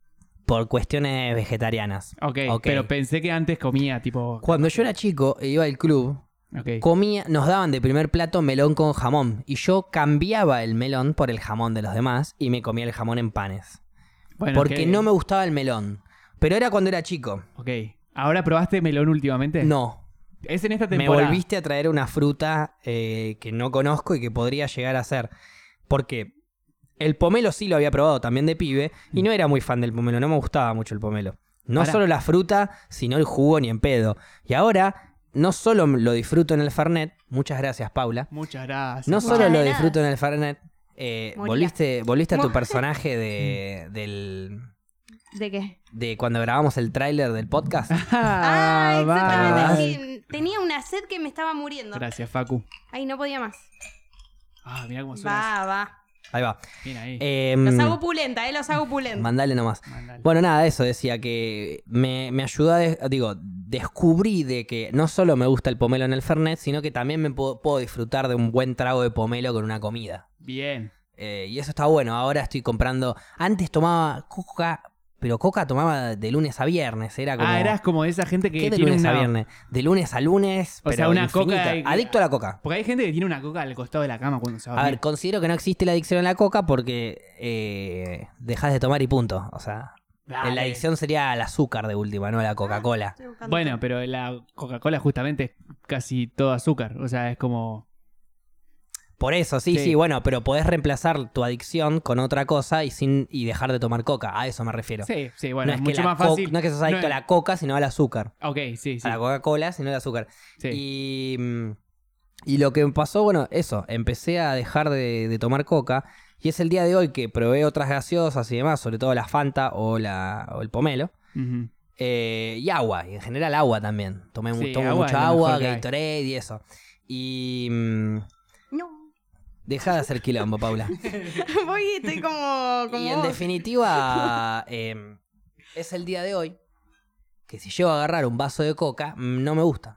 por cuestiones vegetarianas. Ok, Ok. pero pensé que antes comía tipo... Cuando yo era chico e iba al club, Ok. nos daban de primer plato melón con jamón y yo cambiaba el melón por el jamón de los demás y me comía el jamón en panes. Bueno, Porque que- no me gustaba el melón. Pero era cuando era chico. Ok. ¿Ahora probaste melón últimamente? No. Es en esta Me temporada. volviste a traer una fruta que no conozco y que podría llegar a ser. Porque el pomelo sí lo había probado también de pibe y no era muy fan del pomelo, no me gustaba mucho el pomelo. No Ahora- solo la fruta, sino el jugo ni en pedo. Y ahora no solo lo disfruto en el Fernet, muchas gracias Paula, Muchas gracias. no Muchas solo de lo nada. disfruto en el Fernet, Moría. volviste a tu Mo- personaje ¿De qué? de cuando grabamos el tráiler del podcast. Ah, va. exactamente. Sí, tenía una sed que me estaba muriendo. Gracias, Facu. Ay, no podía más. Ah, mirá cómo suena. Va. Ahí va. Bien ahí. Los hago pulenta, los hago pulenta. Mandale nomás. Mandale. Bueno, nada, eso decía que me ayudó descubrí de que no solo me gusta el pomelo en el Fernet, sino que también me puedo disfrutar de un buen trago de pomelo con una comida. Bien. Y eso está bueno. Ahora estoy comprando. Antes tomaba coca, pero coca tomaba de lunes a viernes. Era como. Eras como esa gente que ¿Qué de tiene lunes una... a viernes? De lunes a lunes. O sea, pero una infinita. coca- Adicto a la coca. Porque hay gente que tiene una coca al costado de la cama cuando se va A ver, considero que no existe la adicción a la coca porque dejas de tomar y punto. O sea, Dale. la adicción sería al azúcar de última, no a la Coca-Cola. Estoy buscando Bueno, todo. pero la Coca-Cola justamente es casi todo azúcar. O sea, es como... Por eso, sí, Sí. bueno, pero podés reemplazar tu adicción con otra cosa y dejar de tomar coca. A eso me refiero. Sí, sí, bueno, no es es que mucho la más fácil. no es que sos adicto No a es- la coca, sino al azúcar. Ok, sí, sí. A la Coca-Cola, sino al azúcar. Sí. Y lo que me pasó, bueno, eso, empecé a dejar de tomar coca. Y es el día de hoy que probé otras gaseosas y demás, sobre todo la Fanta o el pomelo. Ujú. Y agua, y en general agua también. Tomo Sí, mucha agua es lo agua, mejor que hay. Gatorade y eso. Y No. deja de hacer quilombo, Paula. Voy y estoy como Y en vos. definitiva, es el día de hoy que si llego a agarrar un vaso de coca, no me gusta.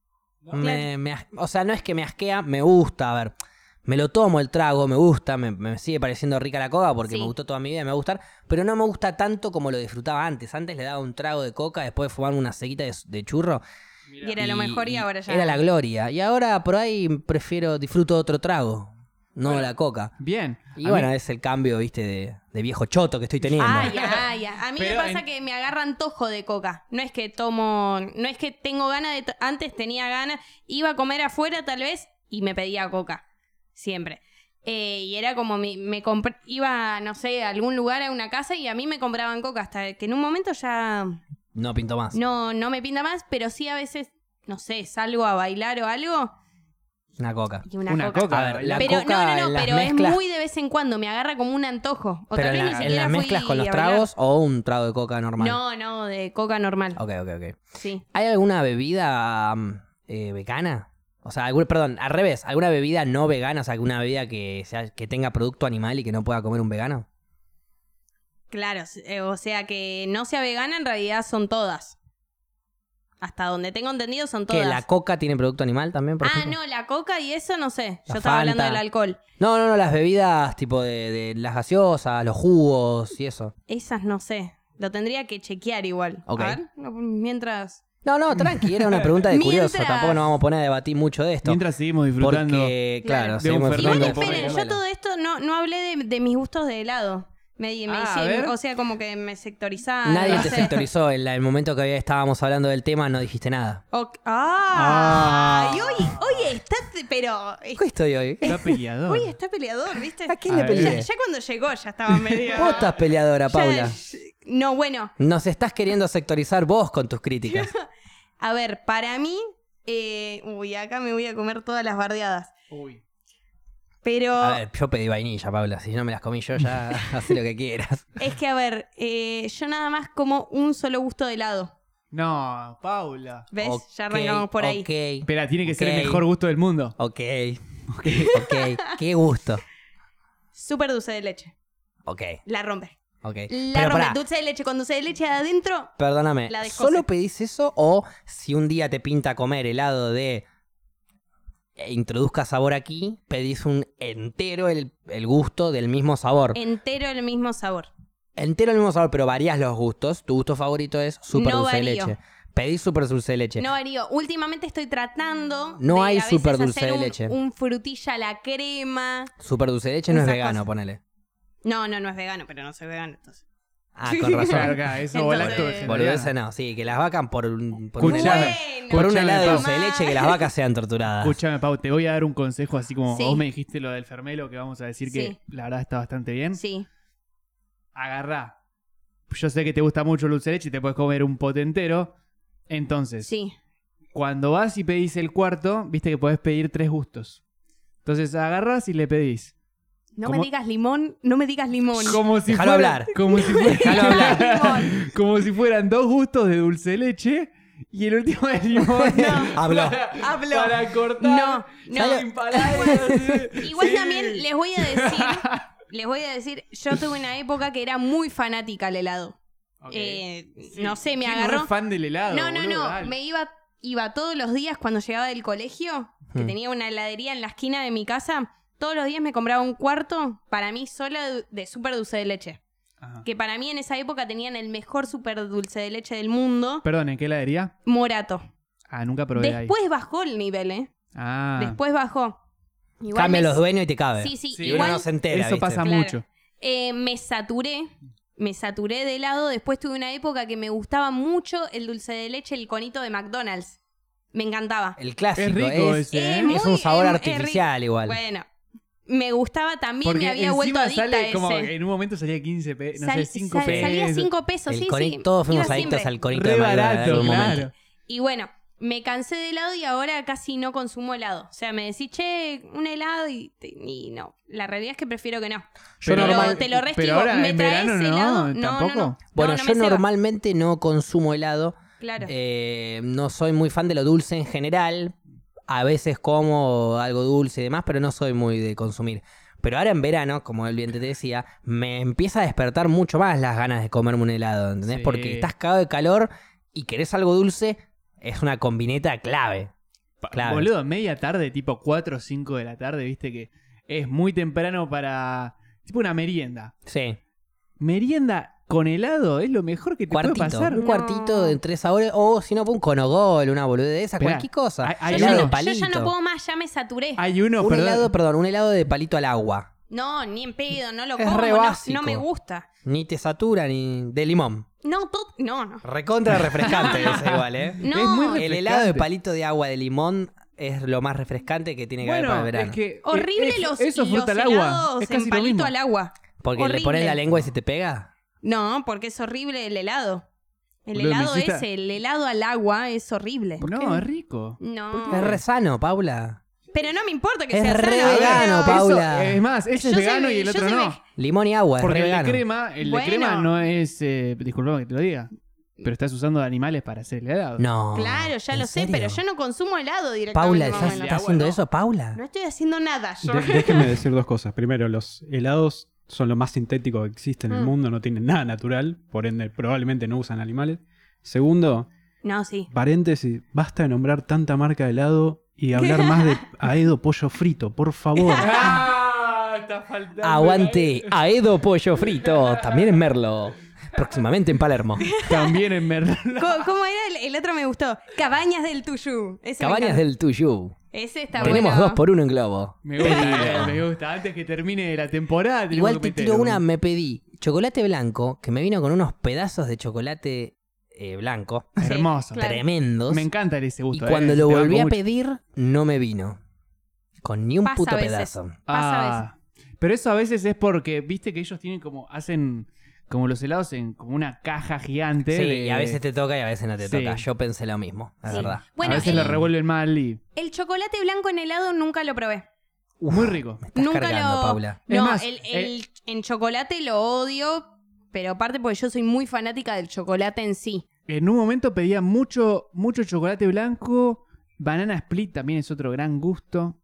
O sea, no es que me asquea, me gusta. A ver, me lo tomo el trago, me gusta, me sigue pareciendo rica la coca porque Sí. me gustó toda mi vida y me va a gustar, pero no me gusta tanto como lo disfrutaba antes. Antes le daba un trago de coca, después de fumarme una ceguita de churro. Y era lo mejor y ahora ya. Era la gloria. Y ahora por ahí disfruto otro trago, no Bueno. la coca. Bien. Y A bueno, mí- es el cambio, viste, de viejo choto que estoy teniendo. Ay, ay, ay. A mí Pero me pasa en- que me agarra antojo de coca. No es que no es que tengo ganas antes tenía ganas, iba a comer afuera tal vez y me pedía coca. Siempre. Y era como iba, no sé, a algún lugar, a una casa y a mí me compraban coca hasta que en un momento ya No pinto más. no me pinta más, pero sí a veces, no sé, salgo a bailar o algo Una coca. y una, Una coca. coca. A ver, la Pero coca en las pero mezclas, es muy de vez en cuando, me agarra como un antojo. O pero tal en, vez ni en siquiera las fui mezclas con los a bailar. tragos o un trago de coca normal. No, de coca normal. Ok. Sí. ¿Hay alguna bebida vegana? O sea, perdón, al revés, ¿alguna bebida no vegana? O sea, alguna bebida que tenga producto animal y que no pueda comer un vegano. Claro, o sea que no sea vegana en realidad son todas. Hasta donde tengo entendido son todas. ¿Qué? ¿La coca tiene producto animal también, por ejemplo? No, la coca y eso no sé. La Yo estaba hablando Fanta. del alcohol. No, las bebidas tipo de las gaseosas, los jugos y eso. Esas no sé. Lo tendría que chequear igual. Ok. A ver, mientras... No, tranqui, era una pregunta de curioso. Mientras- Tampoco nos vamos a poner a debatir mucho de esto. Mientras seguimos disfrutando. Porque, claro, Claro. seguimos De un disfrutando Fernando Igual de esperen, yo todo esto no hablé de mis gustos de helado. Me a ver. o sea, como que me sectorizaban. Nadie no te sé. sectorizó. En el momento que estábamos hablando del tema no dijiste nada. Y hoy está, pero... ¿Qué estoy hoy? Está peleador. Hoy está peleador, ¿viste? ¿A quién A le ver. peleé? Ya cuando llegó ya estaba medio... Vos estás peleadora, Ya- Paula. No, bueno. Nos estás queriendo sectorizar vos con tus críticas. A ver, para mí... acá me voy a comer todas las bardeadas. Uy. Pero... A ver, yo pedí vainilla, Paula. Si no me las comí yo, ya haz lo que quieras. Es que, a ver, yo nada más como un solo gusto de helado. No, Paula. ¿Ves? Ok, Ya arrancamos por ahí. Ok, Espera, tiene que ser el Ok. mejor gusto del mundo. ok. Qué gusto. Súper dulce de leche. Ok, La rompe. ok. La Pero rompe. pará, Dulce de leche con dulce de leche adentro. perdóname. La descose. ¿Solo pedís eso o si un día te pinta comer helado de introduzca sabor aquí, pedís un entero el gusto del mismo sabor? Entero el mismo sabor. Entero el mismo sabor, pero varías los gustos. Tu gusto favorito es súper No dulce de varío. leche. Pedís súper dulce de leche. No varío. Últimamente estoy tratando No de hay a veces súper dulce hacer de un- leche. Un frutilla a la crema. Súper dulce de leche no es Esas vegano, cosas. ponele. No es vegano, pero no soy vegano entonces. Ah, con razón. Carga, eso o Entonces- lactosa. Boludeces no, sí, que las vacas por un Escuchame. por un Escuchame, helado de Pau. dulce de leche, que las vacas sean torturadas. Escúchame, Pau, te voy a dar un consejo así como Sí. vos me dijiste lo del fermelo, que vamos a decir que Sí. la verdad está bastante bien. Sí. Agarrá. Yo sé que te gusta mucho el dulce de leche y te puedes comer un pote entero. Entonces, Sí. cuando vas y pedís el cuarto, viste que podés pedir 3 gustos. Entonces agarrás y le pedís. No ¿Cómo? me digas limón, no me digas limón. Como si Déjalo fuera- hablar. Como si fuera- Déjalo hablar. Limón. como si fueran 2 gustos de dulce de leche y el último es limón. Habló. Hablo. Para cortar. No, no. Sin palabras. Igual Sí. también les voy a decir, yo tuve una época que era muy fanática al helado. Ok. No sé, me ¿Quién agarró. No es fan del helado. No, boludo? Dale. me iba todos los días cuando llegaba del colegio, que tenía una heladería en la esquina de mi casa, todos los días me compraba un cuarto para mí sola de súper dulce de leche. Ajá. Que para mí en esa época tenían el mejor súper dulce de leche del mundo, Perdón, ¿en qué heladería? Morato. Ah, nunca probé ahí. Después bajó el nivel, ¿eh? Ah. Después bajó. Igual Cambia me- los dueños y te cabe. Sí, sí, Sí, Y uno igual no se entera, Eso ¿viste? pasa Claro. mucho. me saturé de helado. Después tuve una época que me gustaba mucho el dulce de leche, el conito de McDonald's. Me encantaba. El clásico Es rico es, ese, ¿eh? es un sabor es artificial igual. Bueno, me gustaba también, Porque me había vuelto encima adicta a sale como ese. en un momento salía 15 pesos, no sé, 5 pesos. Salía 5 pesos, El sí, conito, sí. todos fuimos Iba adictos siempre. al conito Re de McDonald's en barato, algún claro. momento. Y bueno, me cansé de helado y ahora casi no consumo helado. O sea, me decís, che, un helado y no. La realidad es que prefiero que no. Yo Pero- normal- Te lo resto pero y digo, ahora ¿me en traes verano no, helado? No, ¿tampoco? no. Bueno, No yo me ceba. normalmente no consumo helado. Claro. No soy muy fan de lo dulce en general. A veces como algo dulce y demás, pero no soy muy de consumir. Pero ahora en verano, como el bien te decía, me empieza a despertar mucho más las ganas de comerme un helado, ¿entendés? Sí. Porque estás cagado de calor y querés algo dulce, es una combineta clave. Claro. Boludo, media tarde, tipo 4 o 5 de la tarde, viste que es muy temprano para... Tipo una merienda. Sí. Merienda con helado es lo mejor que te puede Cuartito, pasar. un cuartito de 3 sabores, o si no, un conogol, una boludez de esa, Esperá, cualquier cosa. hay Yo helado ya, de no, yo palito. ya no puedo más, ya me saturé. Hay uno, un perdón. un helado de palito al agua. No, ni en pedo, no lo Es como, re no, básico. no me gusta. Ni te satura ni de limón. No. Recontra refrescante ese igual, ¿eh? No, Es muy El refrescante. helado de palito de agua de limón es lo más refrescante que tiene que haber para Bueno, el verano. es que... horrible eso los fruta al agua. helados Es casi en lo palito mismo. al agua. Porque le horrible. pones la lengua y se te pega. No, porque es horrible el helado. El Boludo, me helado hiciste- ese, el helado al agua es horrible. No, es rico. No. Es re sano, Paula. Pero no me importa que Es sea re sano. vegano, pero- Paula. Eso, es más, ese Yo es soy- vegano y el yo otro soy no. veg- Limón y agua, Porque es re el de vegano. crema, Bueno. crema no es... disculpame que te lo diga. Pero estás usando animales para hacer el helado. No. Claro, ya ¿en lo sé, serio? pero yo no consumo helado directamente. Paula, mamá. ¿estás haciendo eso, Paula? No estoy haciendo nada yo. Déjenme decir dos cosas. Primero, los helados son lo más sintético que existe en el mundo, no tienen nada natural, por ende probablemente no usan animales. Segundo, No, sí. paréntesis, basta de nombrar tanta marca de helado y hablar más de Aedo Pollo Frito, por favor. Está faltando. Aguante, Aedo Pollo Frito, también en Merlo. Próximamente en Palermo. También en Merlo. ¿Cómo era? El otro me gustó. Cabañas del Tuyú. Ese me Cabañas encanta. del Tuyú. Ese está Tenemos bueno. 2x1 en globo. Me gusta, me gusta. Antes que termine la temporada. tenemos Igual que te meter tiro un- una, me pedí chocolate blanco, que me vino con unos pedazos de chocolate blanco, Sí, Hermoso. claro. tremendos. Me encanta ese Y gusto. cuando te lo banco volví a mucho. pedir, no me vino. Con ni un Pasa puto a veces. pedazo. Pasa a Pero eso a veces es porque, viste que ellos tienen como, hacen como los helados en como una caja gigante. Sí, de- y a veces te toca y a veces no te Sí. toca. Yo pensé lo mismo, es Sí. verdad. Bueno, a veces el- lo revuelven mal y... El chocolate blanco en helado nunca lo probé. Muy rico. Me estás Nunca cargando, lo. Paula. Es No, más, en chocolate lo odio, pero aparte porque yo soy muy fanática del chocolate en sí. En un momento pedía mucho chocolate blanco. Banana split también es otro gran gusto.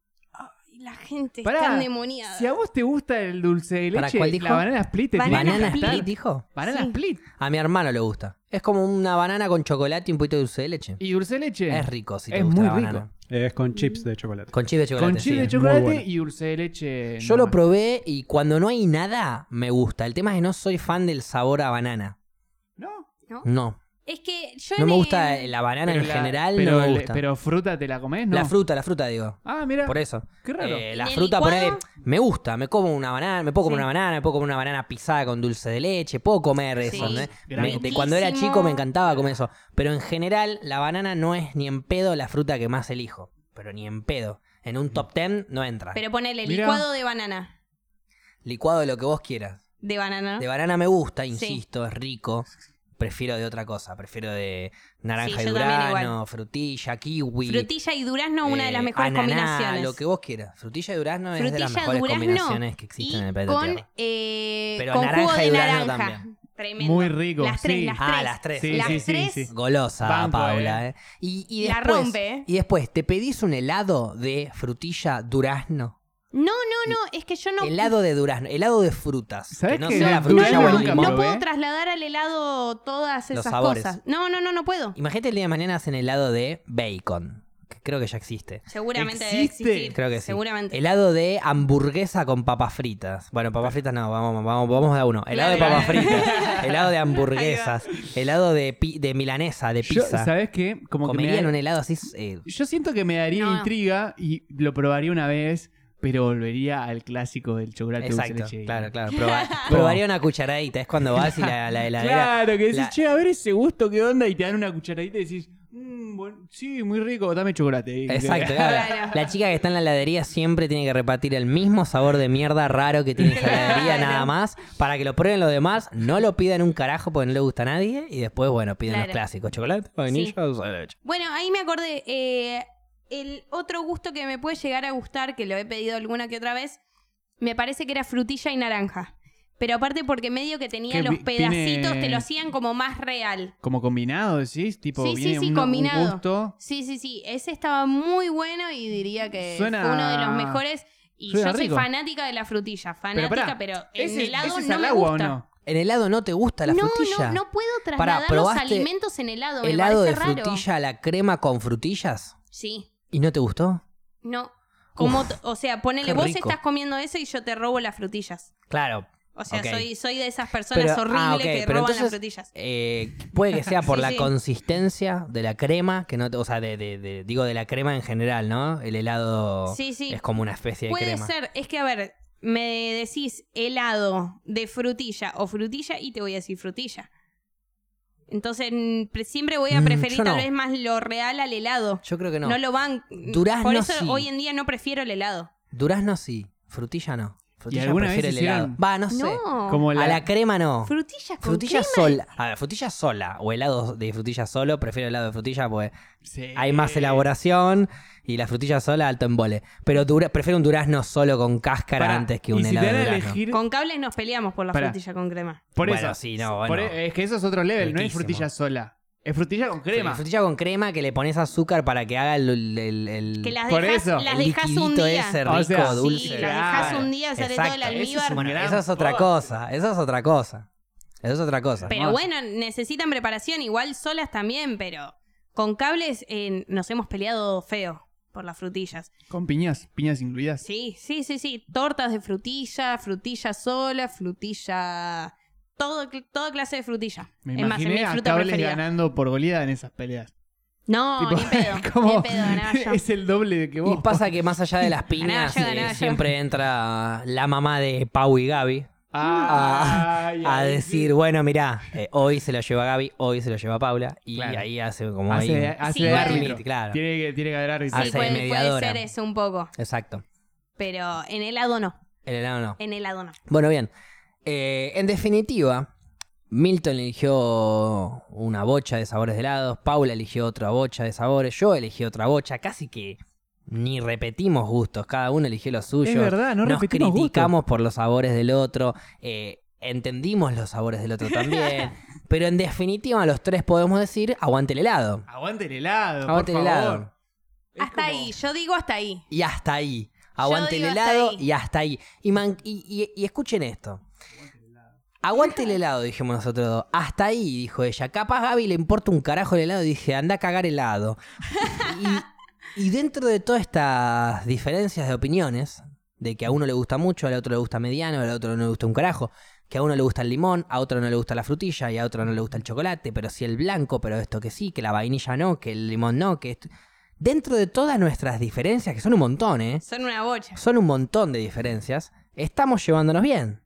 Y la gente Pará, está endemoniada. Si a vos te gusta el dulce de ¿Para leche, cuál dijo? la banana split te tiene que ¿Banana encantar. split dijo? Banana Sí. split. A mi hermano le gusta. Es como una banana con chocolate y un poquito de dulce de leche. ¿Y dulce de leche? Es rico si te Es gusta muy la rico. banana. Es con chips de chocolate. Con chip de chocolate. Con chip sí. de muy chocolate bueno. y dulce de leche. Yo lo normal. probé y cuando no hay nada, me gusta. El tema es que no soy fan del sabor a banana. ¿No? No. Es que yo No en me el- gusta la banana Pero en la- general, pero no me el- gusta. Pero fruta te la comés, ¿no? La fruta digo. Ah, mira. Por eso. Qué raro. La ¿En el fruta, licuado? ponele, me gusta, me como una banana, me puedo comer Sí. una banana, me puedo comer una banana pisada con dulce de leche, puedo comer eso, Sí. ¿no? Gran De cuando era Riquísimo. chico me encantaba comer eso. Pero en general, la banana no es ni en pedo la fruta que más elijo. Pero ni en pedo. En un top 10 no entra. Pero ponele Mira. licuado de banana. Licuado de lo que vos quieras. De banana. De banana me gusta, insisto, es rico. Prefiero de otra cosa, prefiero de naranja Sí, y yo también durazno, frutilla, kiwi. Frutilla y durazno, una de las mejores ananá, combinaciones. lo que vos quieras. Frutilla y durazno es de las Frutilla, mejores durazno combinaciones que existen y en el planeta con, Tierra. Pero con naranja jugo de y durazno naranja. también. Tremendo. Muy rico, Las tres, sí. las Ah, tres. las tres. Sí, Las sí, sí, tres. sí. Golosa, Banco, Paula. Y La después, rompe, ¿eh? Y después, ¿te pedís un helado de frutilla durazno? No, es que yo no. Helado de durazno, helado de frutas. ¿Sabés que no que sea de la frutilla durazno o el nunca limón. No probé? puedo trasladar al helado todas Los esas sabores. cosas. No puedo. Imagínate el día de mañana hacen helado de bacon, que creo que ya existe. Seguramente debe ¿Existe? existir. Creo que sí. Seguramente. Helado de hamburguesa con papas fritas. Bueno, papas fritas no, vamos de a uno. Helado de Claro, papas claro. fritas, helado de hamburguesas, helado de milanesa, de Yo, pizza. ¿sabés qué? Como que me Comerían da- un helado así. Yo siento que me daría No. intriga y lo probaría una vez, pero volvería al clásico del chocolate dulce de Exacto, leche. claro. Probaría una cucharadita. Es cuando vas y la heladera. Claro, que decís, la- che, a ver ese gusto, ¿qué onda? Y te dan una cucharadita y decís, bueno, sí, muy rico, dame chocolate. Exacto, claro. Claro. La chica que está en la heladería siempre tiene que repartir el mismo sabor de mierda raro que tiene esa heladería, Claro. nada más, para que lo prueben los demás, no lo pidan un carajo porque no le gusta a nadie, y después, bueno, piden los Claro. clásicos, chocolate, vainilla, Sí. dulce de leche. Bueno, ahí me acordé. El otro gusto que me puede llegar a gustar, que lo he pedido alguna que otra vez, me parece que era frutilla y naranja. Pero aparte porque medio que tenía Que los pedacitos, tiene- te lo hacían como más real. Como combinado, decís, tipo, Sí, viene sí, un combinado. gusto. Sí. Ese estaba muy bueno y diría que Suena- fue uno de los mejores. Y suena yo soy rico. fanática de la frutilla. Fanática, pero, en ¿ese- helado ese es no al me agua gusta. o no? ¿En helado no te gusta la frutilla? No puedo Pará, trasladar los ¿probaste alimentos en helado. ¿Helado me de parece raro. frutilla a la crema con frutillas? Sí. ¿Y no te gustó? No. Como, Uf, o sea, ponele, qué vos rico. estás comiendo eso y yo te robo las frutillas. Claro. O sea, Ok. soy de esas personas Pero- horribles ok, que pero roban entonces, las frutillas. Puede que sea por Sí, la sí. consistencia de la crema, que no, o sea, digo de la crema en general, ¿no? El helado Sí, sí. es como una especie de Puede crema. ser, es que a ver, me decís helado de frutilla o frutilla y te voy a decir frutilla. Entonces siempre voy a preferir yo tal no. vez más lo real al helado. Yo creo que no. No lo van. Durazno Por eso sí. hoy en día no prefiero el helado. Durazno sí, frutilla no. Frutilla alguna prefiero vez el helado. hicieron- Va, no sé. No. Como A la crema no. Frutilla con Frutilla crema. sola. A ver, frutilla sola o helado de frutilla solo, prefiero helado de frutilla porque Sí. hay más elaboración y la frutilla sola alto en vole. Pero prefiero un durazno solo con cáscara Pará, antes que y un si helado te de dan a durazno. elegir, Con cables nos peleamos por la Pará. frutilla con crema. por Bueno, eso. sí, no, Por bueno. es que eso es otro level, no es Riquísimo. frutilla sola. Es frutilla con crema. Frutilla con crema que le pones azúcar para que haga el Que las Por dejas, eso. las el dejas un liquidito día. ese rico, O sea, dulce. Sí, las dejas un día, sale todo el Exacto. almíbar. Bueno, Eso es otra cosa. Eso es otra cosa. Eso es otra cosa. Pero bueno, necesitan preparación, igual solas también, pero con cables nos hemos peleado feo por las frutillas. Con piñas incluidas. Sí. Tortas de frutilla, frutilla sola, frutilla... toda clase de frutilla. Me Es más, es mi imaginé a fruta cables preferida. ganando por goleada en esas peleas. No, Tipo, ni pedo. ¿cómo? Ni pedo ganaba yo. Es el doble de que vos. Y pasa que más allá de las piñas, Ganaba yo. siempre entra la mamá de Pau y Gaby Ay, a ay, decir, sí. bueno, mirá, hoy se lo lleva Gaby, hoy se lo lleva Paula. Y Claro. ahí hace como Hace ahí Sí, de bueno. árbitro. Claro. Tiene que haber árbitro. Sí, hace puede mediadora. ser eso un poco. Exacto. Pero en helado no. El helado no. En helado no. Bueno, bien. En definitiva, Milton eligió una bocha de sabores de helados, Paula eligió otra bocha de sabores, yo elegí otra bocha, casi que ni repetimos gustos, cada uno eligió los suyos. Es verdad, no Nos repetimos criticamos por los sabores del otro, entendimos los sabores del otro también, pero en definitiva los tres podemos decir, aguante el helado. Aguante el helado. Aguante por el helado. favor. Es Hasta como- ahí, yo digo hasta ahí. Y hasta ahí. Aguante el digo hasta helado ahí. y hasta ahí. Y escuchen esto. Aguante el helado, dijimos nosotros dos. Hasta ahí, dijo ella. Capaz a Gaby le importa un carajo el helado. Dije, anda a cagar helado. Y dentro de todas estas diferencias de opiniones, de que a uno le gusta mucho, al otro le gusta mediano, al otro no le gusta un carajo, que a uno le gusta el limón, a otro no le gusta la frutilla y a otro no le gusta el chocolate, pero sí el blanco, pero esto que sí, que la vainilla no, que el limón no, que esto... Dentro de todas nuestras diferencias, que son un montón, Son una bocha. son un montón de diferencias, estamos llevándonos bien.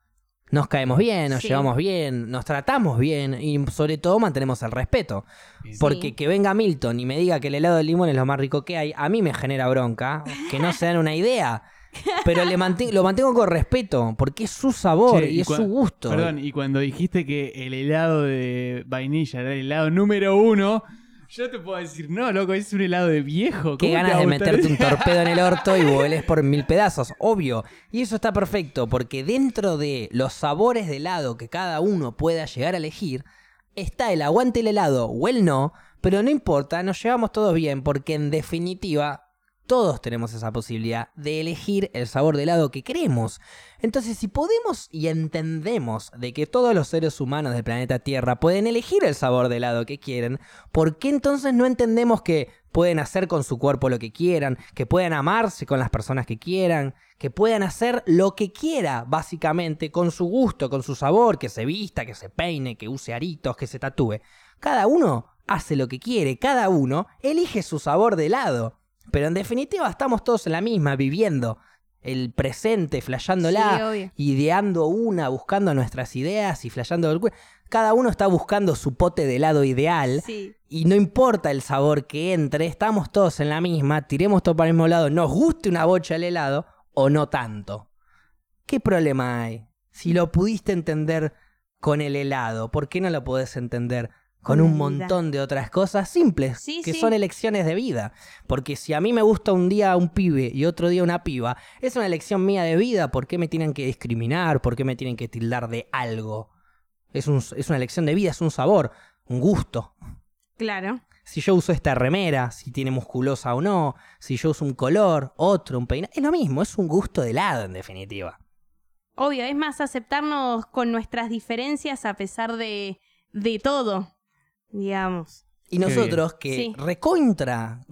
Nos caemos bien, nos Sí. llevamos bien, nos tratamos bien y sobre todo mantenemos el respeto. Bien. Porque Sí. que venga Milton y me diga que el helado de limón es lo más rico que hay, a mí me genera bronca, que no se dan una idea. Pero lo mantengo con respeto, porque es su sabor Che, y es su gusto. Perdón, y cuando dijiste que el helado de vainilla era el helado número 1, yo te puedo decir, no, loco, es un helado de viejo. Qué ¿Cómo te ganas va a de gustar meterte ese? un torpedo en el orto y vueles por 1000 pedazos, obvio. Y eso está perfecto, porque dentro de los sabores de helado que cada uno pueda llegar a elegir, está el aguante el helado o el no, pero no importa, nos llevamos todos bien, porque en definitiva todos tenemos esa posibilidad de elegir el sabor de helado que queremos. Entonces, si podemos y entendemos de que todos los seres humanos del planeta Tierra pueden elegir el sabor de helado que quieren, ¿por qué entonces no entendemos que pueden hacer con su cuerpo lo que quieran, que puedan amarse con las personas que quieran, que puedan hacer lo que quiera, básicamente, con su gusto, con su sabor, que se vista, que se peine, que use aritos, que se tatúe? Cada uno hace lo que quiere, cada uno elige su sabor de helado. Pero en definitiva estamos todos en la misma, viviendo el presente, flasheándola, Sí, obvio. ideando una, buscando nuestras ideas y flasheando el cada uno está buscando su pote de helado ideal. Sí. Y no importa el sabor que entre, estamos todos en la misma, tiremos todo para el mismo lado, nos guste una bocha el helado o no tanto. ¿Qué problema hay? Si lo pudiste entender con el helado, ¿por qué no lo podés entender con Con un la montón de otras cosas simples Sí, que sí. son elecciones de vida? Porque si a mí me gusta un día un pibe y otro día una piba, es una elección mía de vida. ¿Por qué me tienen que discriminar? ¿Por qué me tienen que tildar de algo? Es una elección de vida, es un sabor, un gusto. Claro. Si yo uso esta remera, si tiene musculosa o no, si yo uso un color, otro, un peinado, es lo mismo, es un gusto de helado en definitiva. Obvio, es más aceptarnos con nuestras diferencias a pesar de todo, digamos. Y nosotros que Sí. recontra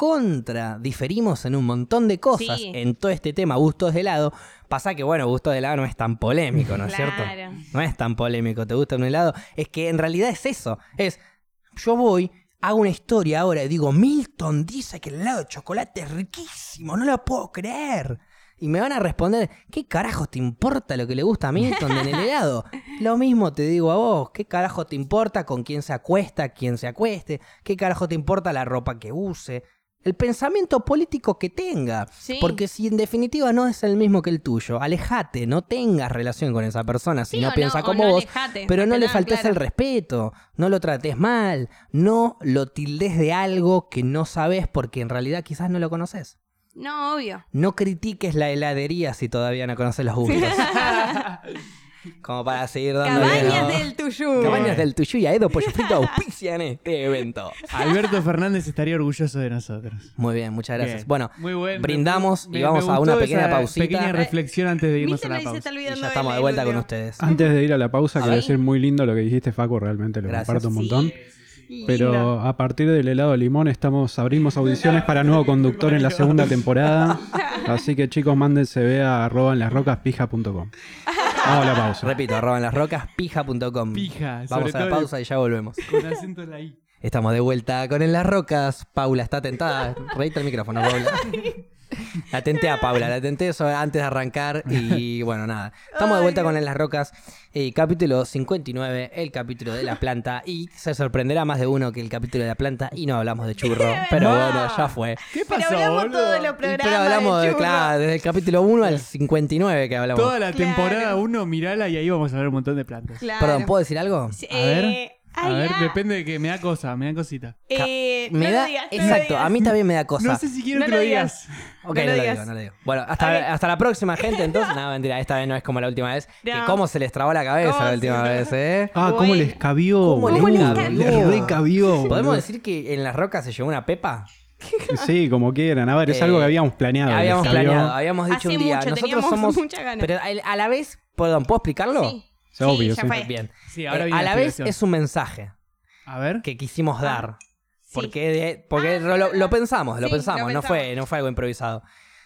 diferimos en un montón de cosas Sí. en todo este tema gustos de helado, pasa que bueno, gustos de helado no es tan polémico, ¿no es cierto? Claro. No es tan polémico, ¿te gusta un helado? Es que en realidad es eso, yo voy, hago una historia ahora y digo, Milton dice que el helado de chocolate es riquísimo, no lo puedo creer. Y me van a responder, ¿qué carajo te importa lo que le gusta a Milton en el helado? Lo mismo te digo a vos, ¿qué carajo te importa con quién se acuesta, quién se acueste? ¿Qué carajo te importa la ropa que use? El pensamiento político que tenga. Sí. Porque si en definitiva no es el mismo que el tuyo, alejate, no tengas relación con esa persona si Sí, no o piensa o como no vos. alejate, Pero más no que le nada, faltes claro. el respeto, no lo trates mal, no lo tildes de algo que no sabes porque en realidad quizás no lo conoces. No, obvio. No critiques la heladería si todavía no conoces los gustos. como para seguir dándole. Cabañas ¿no? del Tuyú. Cabañas del Tuyú y Aedo Pollo Frito auspician este evento. Alberto Fernández estaría orgulloso de nosotros. Muy bien, muchas gracias. Bien. Bueno, Muy bueno. brindamos y Me vamos a gustó una pequeña esa pausita. Pequeña reflexión antes de irnos a Milton la ahí se pausa. está Y olvidando ya de estamos de él, vuelta con último. ustedes. Antes de ir a la pausa, A quiero ver. decir muy lindo lo que dijiste, Facu, realmente lo Gracias. comparto un montón. Lindo. Pero a partir del helado de limón abrimos audiciones para nuevo conductor en la segunda temporada. Así que chicos, mándense a @enlasrocaspija.com. Vamos a la pausa. Repito, @enlasrocaspija.com. Pija, Vamos sobre a la todo pausa y ya volvemos. con acento en la I. Estamos de vuelta con En las Rocas. Paula está tentada. Reíte el micrófono, Paula. La tenté a Paula, la tenté eso antes de arrancar y bueno, nada. Estamos de vuelta con En las Rocas, capítulo 59, el capítulo de la planta. Y se sorprenderá más de uno que el capítulo de la planta y no hablamos de churro. Pero bueno, ya fue. ¿Qué Pero pasó, hablamos boludo? todos los programas. Pero hablamos de de, churro. claro, desde el capítulo 1 al 59 que hablamos. Toda la Claro. temporada 1, mirala y ahí vamos a ver un montón de plantas. Claro. Perdón, ¿puedo decir algo? Sí, A ver, A ay, ver, ah, depende de que me da cosita. Me no da, lo digas, no lo exacto, digas. a mí también me da cosa. No sé si quiero No que lo lo digas. Ok, no no lo lo digas. digo, no lo digo. Bueno, hasta la próxima, gente, entonces. No, mentira, esta vez no es como la última vez. Que No. cómo se les trabó la cabeza ¿Cómo la se última les vez, ¿eh? Ah, ¿cómo les cabió? ¿Cómo les boludo? cabió? Les recabió. ¿Podemos boludo. decir que en las rocas se llevó una pepa? Sí, como quieran. A ver, es Eh, algo que habíamos planeado. Habíamos les cabió. planeado, habíamos dicho Hace un día. mucho, Nosotros teníamos somos. muchas ganas. Pero a la vez, perdón, ¿puedo explicarlo? Sí. Es obvio, ya sí. fue. Bien. Sí, ahora viene A la vez explicación. es un mensaje A ver. que quisimos dar. Sí. Porque lo pensamos, Sí, lo no fue algo improvisado.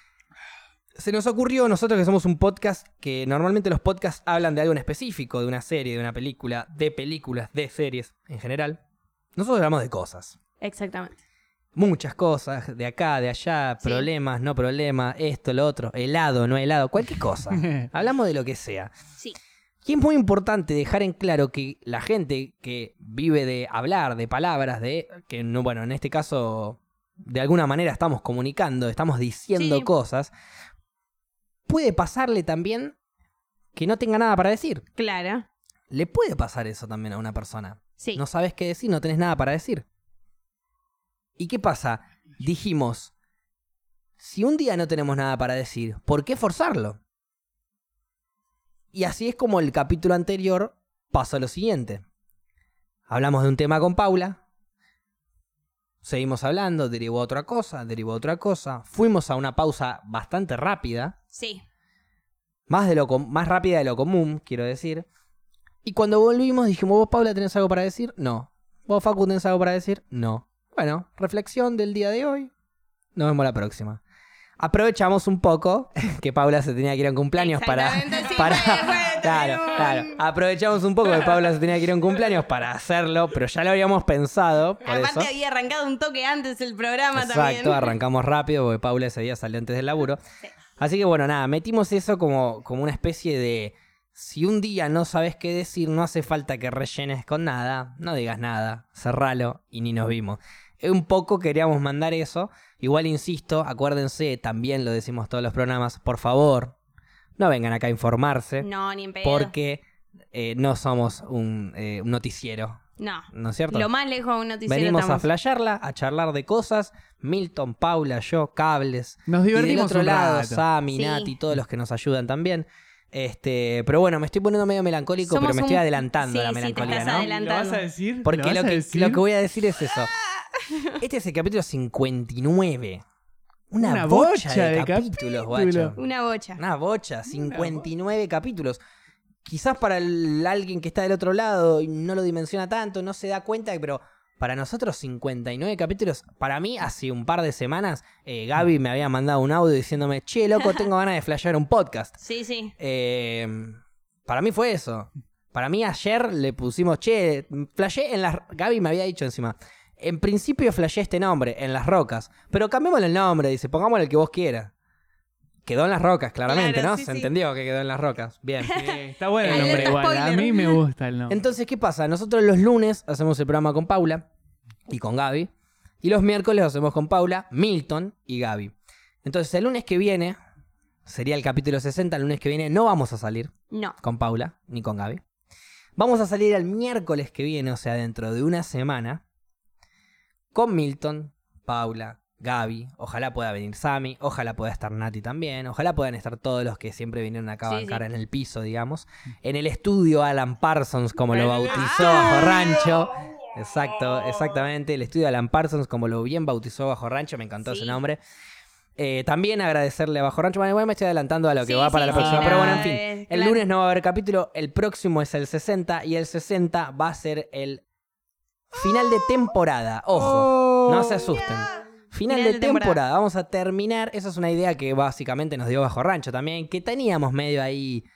Se nos ocurrió, nosotros que somos un podcast, que normalmente los podcasts hablan de algo en específico, de una serie, de una película, de películas, de series en general. Nosotros hablamos de cosas. Exactamente. Muchas cosas, de acá, de allá, Sí. problemas, no problemas, esto, lo otro, helado, no helado, cualquier cosa. Hablamos de lo que sea. Sí. Y es muy importante dejar en claro que la gente que vive de hablar, de palabras, de que no, bueno, en este caso de alguna manera estamos comunicando, estamos diciendo Sí. cosas, puede pasarle también que no tenga nada para decir. Claro. Le puede pasar eso también a una persona. Sí. No sabes qué decir, no tenés nada para decir. ¿Y qué pasa? Dijimos, si un día no tenemos nada para decir, ¿por qué forzarlo? Y así es como el capítulo anterior pasó lo siguiente. Hablamos de un tema con Paula. Seguimos hablando, derivó a otra cosa. Fuimos a una pausa bastante rápida. Sí. Más rápida de lo común, quiero decir. Y cuando volvimos dijimos, ¿vos, Paula, tenés algo para decir? No. ¿Vos, Facu, tenés algo para decir? No. Bueno, reflexión del día de hoy. Nos vemos la próxima. Aprovechamos un poco que Paula se tenía que ir a un cumpleaños Exactamente, sí, fue Claro. Aprovechamos un poco que Paula se tenía que ir a un cumpleaños para hacerlo, pero ya lo habíamos pensado, por Aparte eso. había arrancado un toque antes el programa Exacto, también. arrancamos rápido porque Paula ese día salió antes del laburo. Sí. Así que bueno, nada, metimos eso como una especie de... Si un día no sabes qué decir, no hace falta que rellenes con nada, no digas nada, cerralo y ni nos vimos. Un poco queríamos mandar eso. Igual insisto, acuérdense, también lo decimos todos los programas, por favor, no vengan acá a informarse, No, ni en pedo. porque no somos un noticiero, No. ¿no es cierto? Lo más lejos de un noticiero Venimos estamos. a flayarla, a charlar de cosas. Milton, Paula, yo, cables. Nos Y del divertimos otro un lado, rato. Sami, Sí. Nati, todos los que nos ayudan también. Pero bueno, me estoy poniendo medio melancólico, Somos pero me estoy un- adelantando a la sí, sí, te melancolía, estás ¿no? adelantando. ¿Lo vas a decir? Porque ¿Lo vas a decir? lo que voy a decir es eso. Este es el capítulo 59. Una Una bocha bocha de de capítulos, capítulo. guacho. Una bocha. Una bocha, 59 capítulos. Quizás para alguien que está del otro lado y no lo dimensiona tanto, no se da cuenta, pero para nosotros 59 capítulos, para mí hace un par de semanas, Gaby me había mandado un audio diciéndome, che, loco, tengo ganas de flashear un podcast. Sí, sí. Para mí fue eso. Para mí ayer le pusimos, che, flashé en las... Gaby me había dicho encima, en principio flashé este nombre, En las Rocas, pero cambiémosle el nombre, dice, pongámosle el que vos quieras. Quedó En las Rocas, claramente, Claro, ¿no? sí, Se sí. entendió que quedó En las Rocas. Bien. Sí, está bueno el Alerta nombre igual. A spoiler. mí me gusta el nombre. Entonces, ¿qué pasa? Nosotros los lunes hacemos el programa con Paula y con Gaby. Y los miércoles lo hacemos con Paula, Milton y Gaby. Entonces, el lunes que viene, sería el capítulo 60, el lunes que viene no vamos a salir No. con Paula ni con Gaby. Vamos a salir el miércoles que viene, o sea, dentro de una semana, con Milton, Paula, Gaby, ojalá pueda venir Sammy, ojalá pueda estar Nati también, ojalá puedan estar todos los que siempre vinieron acá a Sí, bancar sí. en el piso, digamos. En el estudio Alan Parsons, como lo bautizó Bajo Rancho. Exactamente, el estudio Alan Parsons, como lo bien bautizó Bajo Rancho, me encantó Sí. ese nombre. También agradecerle a Bajo Rancho. Bueno, me estoy adelantando a lo que Sí, va para sí, la sí, próxima. Pero bueno, en fin. El claro. lunes no va a haber capítulo. El próximo es el 60. Y el 60 va a ser el final de temporada. Ojo, no se asusten. Final de temporada. Vamos a terminar. Esa es una idea que básicamente nos dio Bajo Rancho también. Que teníamos medio ahí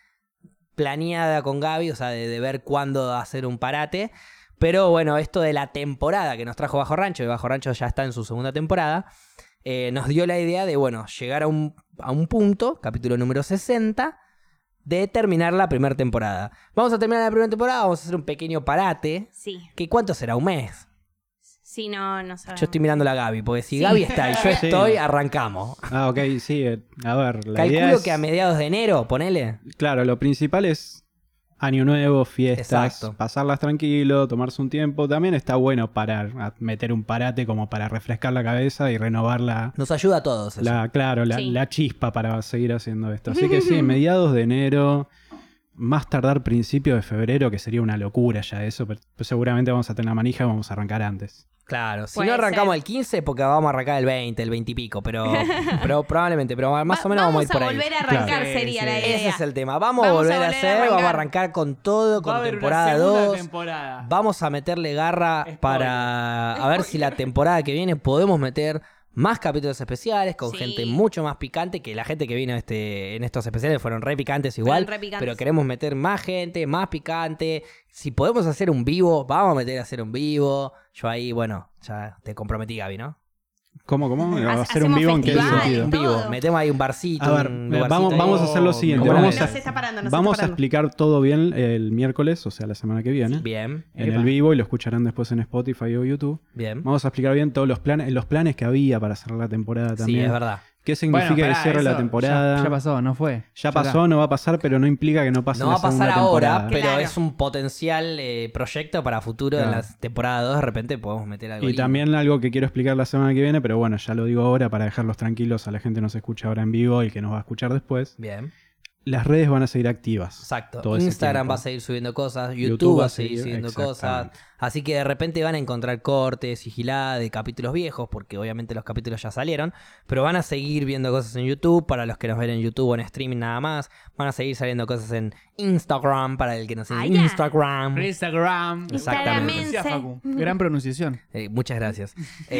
planeada con Gaby. O sea, de ver cuándo hacer un parate. Pero bueno, esto de la temporada que nos trajo Bajo Rancho. Y Bajo Rancho ya está en su segunda temporada. Nos dio la idea de, bueno, llegar a un punto, capítulo número 60, de terminar la primera temporada. Vamos a terminar la primera temporada, vamos a hacer un pequeño parate. Sí. ¿Que cuánto será? ¿Un mes? Sí, no sabemos. Yo estoy mirando a Gaby, porque si Sí. Gaby está y yo Sí. estoy, arrancamos. Ah, ok, sí. A ver, la idea Calculo es... que a mediados de enero, ponele. Claro, lo principal es año nuevo, fiestas, Exacto. pasarlas tranquilo, tomarse un tiempo. También está bueno parar, meter un parate como para refrescar la cabeza y renovar Nos ayuda a todos eso. Sí. la chispa para seguir haciendo esto. Así que sí, mediados de enero, más tardar principio de febrero, que sería una locura ya eso, pero seguramente vamos a tener la manija y vamos a arrancar antes. Claro, si Puede no arrancamos ser. el 15, porque vamos a arrancar el 20, el 20 y pico, pero probablemente, pero más o menos vamos a ir por ahí. volver a arrancar, Claro. sería Sí, la sí. idea. Ese es el tema. Vamos a volver a hacer, vamos a arrancar con todo, Va a con haber temporada una segunda 2. temporada. Vamos a meterle garra Spoiler. para a ver si la temporada que viene podemos meter más capítulos especiales con Sí. gente mucho más picante, que la gente que vino en estos especiales fueron re picantes igual, Fueron re picantes. pero queremos meter más gente, más picante. Si podemos hacer un vivo, vamos a meter a hacer un vivo. Yo ahí, bueno, ya te comprometí, Gaby, ¿no? ¿Cómo? ¿Va a hacer un Hacemos vivo en qué festivales, sentido? Un vivo, todo. metemos ahí un barcito, A ver, un vamos, lugarcito ahí. vamos a hacer lo siguiente. ¿Cómo la Vamos ves? a, Nos está parando, nos vamos está a parando. explicar todo bien el miércoles, o sea, la semana que viene. Bien, En Epa. el vivo y lo escucharán después en Spotify o YouTube. bien. Vamos a explicar bien todos los planes que había para cerrar la temporada también. Sí, es verdad. ¿Qué significa Bueno, que pará, cierre la eso temporada? Ya pasó, no fue. Ya pasó, no va a pasar, pero no implica que no pase No la va a pasar segunda ahora, temporada. pero Claro. es un potencial proyecto para futuro. Claro. En la temporada 2 de repente podemos meter algo Y lindo. también algo que quiero explicar la semana que viene, pero bueno, ya lo digo ahora para dejarlos tranquilos a la gente que nos escucha ahora en vivo y que nos va a escuchar después. Bien, Las redes van a seguir activas. exacto. todo ese Instagram tiempo. va a seguir subiendo cosas, YouTube va a seguir subiendo cosas. exactamente. Así que de repente van a encontrar cortes y giladas de capítulos viejos, porque obviamente los capítulos ya salieron, pero van a seguir viendo cosas en YouTube para los que nos ven en YouTube o en streaming nada más. Van a seguir saliendo cosas en Instagram para el que nos sigue en ya. Instagram. Instagram. Exactamente. Decía Facu. Gran pronunciación. Muchas gracias.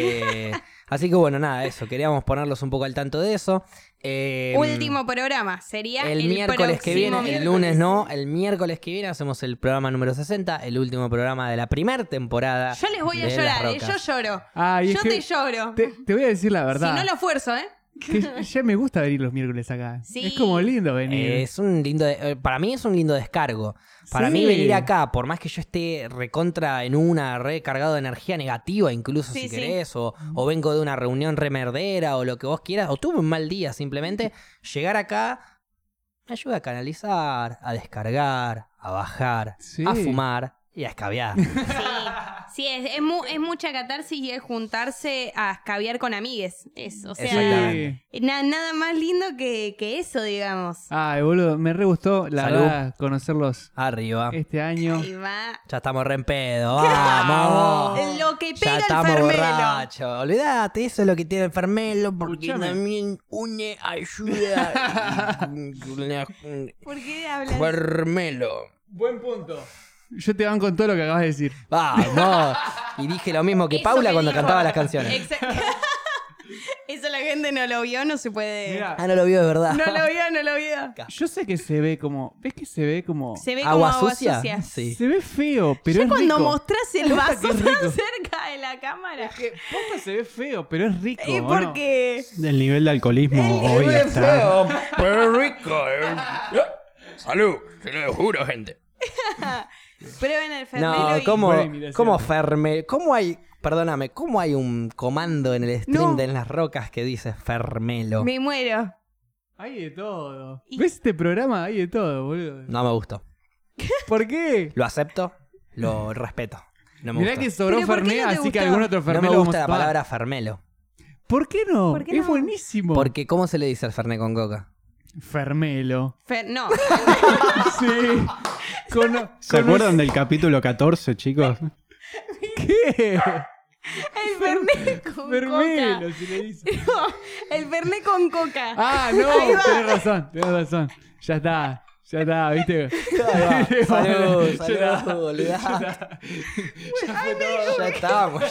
Así que bueno, nada, eso. Queríamos ponerlos un poco al tanto de eso. Último programa. Sería El miércoles que próximo viene, el miércoles. lunes no, el miércoles que viene hacemos el programa número 60, el último programa de la primera temporada. Yo les voy a de llorar, Las yo Rocas. lloro. Ay, es Yo que te lloro. Te voy a decir la verdad. Si no lo esfuerzo, ¿eh? Que ya me gusta venir los miércoles acá. Sí. Es como lindo venir. Es un lindo, para mí es un lindo descargo. Para Sí. mí venir acá, por más que yo esté recontra en una, recargado de energía negativa, incluso Sí, si sí. querés, o vengo de una reunión remerdera o lo que vos quieras, o tuve un mal día simplemente, llegar acá me ayuda a canalizar, a descargar, a bajar, Sí. a fumar y a escabiar. Sí, es mucha catarsis y es juntarse a escabiar con amigues. O sea, Exactamente. nada más lindo que eso, digamos. Ay, boludo, me re gustó, la Salud. verdad, conocerlos Arriba. este año. Ahí va. Ya estamos re en pedo. ¡Vamos! Lo que Ya pega el estamos fermelo. borrachos. Olvídate, eso es lo que tiene el fermelo, porque Escuchame. también une ayuda. ¿Por qué hablas? Fermelo. Buen punto. Yo te banco con todo lo que acabas de decir. Vamos. Y dije lo mismo que Eso Paula me cuando dijo. cantaba las canciones. Eso la gente no lo vio, no se puede. Mirá, Ah, no lo vio de verdad. No lo vio, no lo vio. yo sé que se ve como. ¿Ves que se ve como. Se ve como ¿Agua agua sucia? sucia. Sí. Se ve feo, pero Ya es cuando rico. mostrás el Posta vaso que es tan rico. cerca de la cámara. Que posta se ve feo, pero es rico. Es ¿o no? porque. El nivel de alcoholismo hoy está... pero rico. Salud, se lo juro, gente. Prueben el fermelo No, y... ¿cómo, Buena imitación. cómo fermelo? ¿Cómo hay, perdóname, cómo hay un comando en el stream No. de En las Rocas que dice fermelo? Me muero. Hay de todo. Y- ¿Ves este programa? Hay de todo, boludo. No me gustó. ¿Por qué? Lo acepto, lo respeto. No me Mirá gusta. que sobró ¿Pero por qué Fernet, no te así que gustó? algún otro No Fernet me lo vamos gusta a la tomar. palabra fermelo. ¿Por qué no? ¿Por qué Es no? buenísimo. Porque, ¿cómo se le dice al Fernet con coca? Fermelo. No. Sí. ¿Se acuerdan del capítulo 14, chicos? ¿Qué? El Fernet con Fermelo, coca. se le dice. No, el Fernet con coca. Ah, no, Ahí va. tenés razón. Ya está, ¿viste? Salud, Ya está. salud, olvidate. Ya estamos.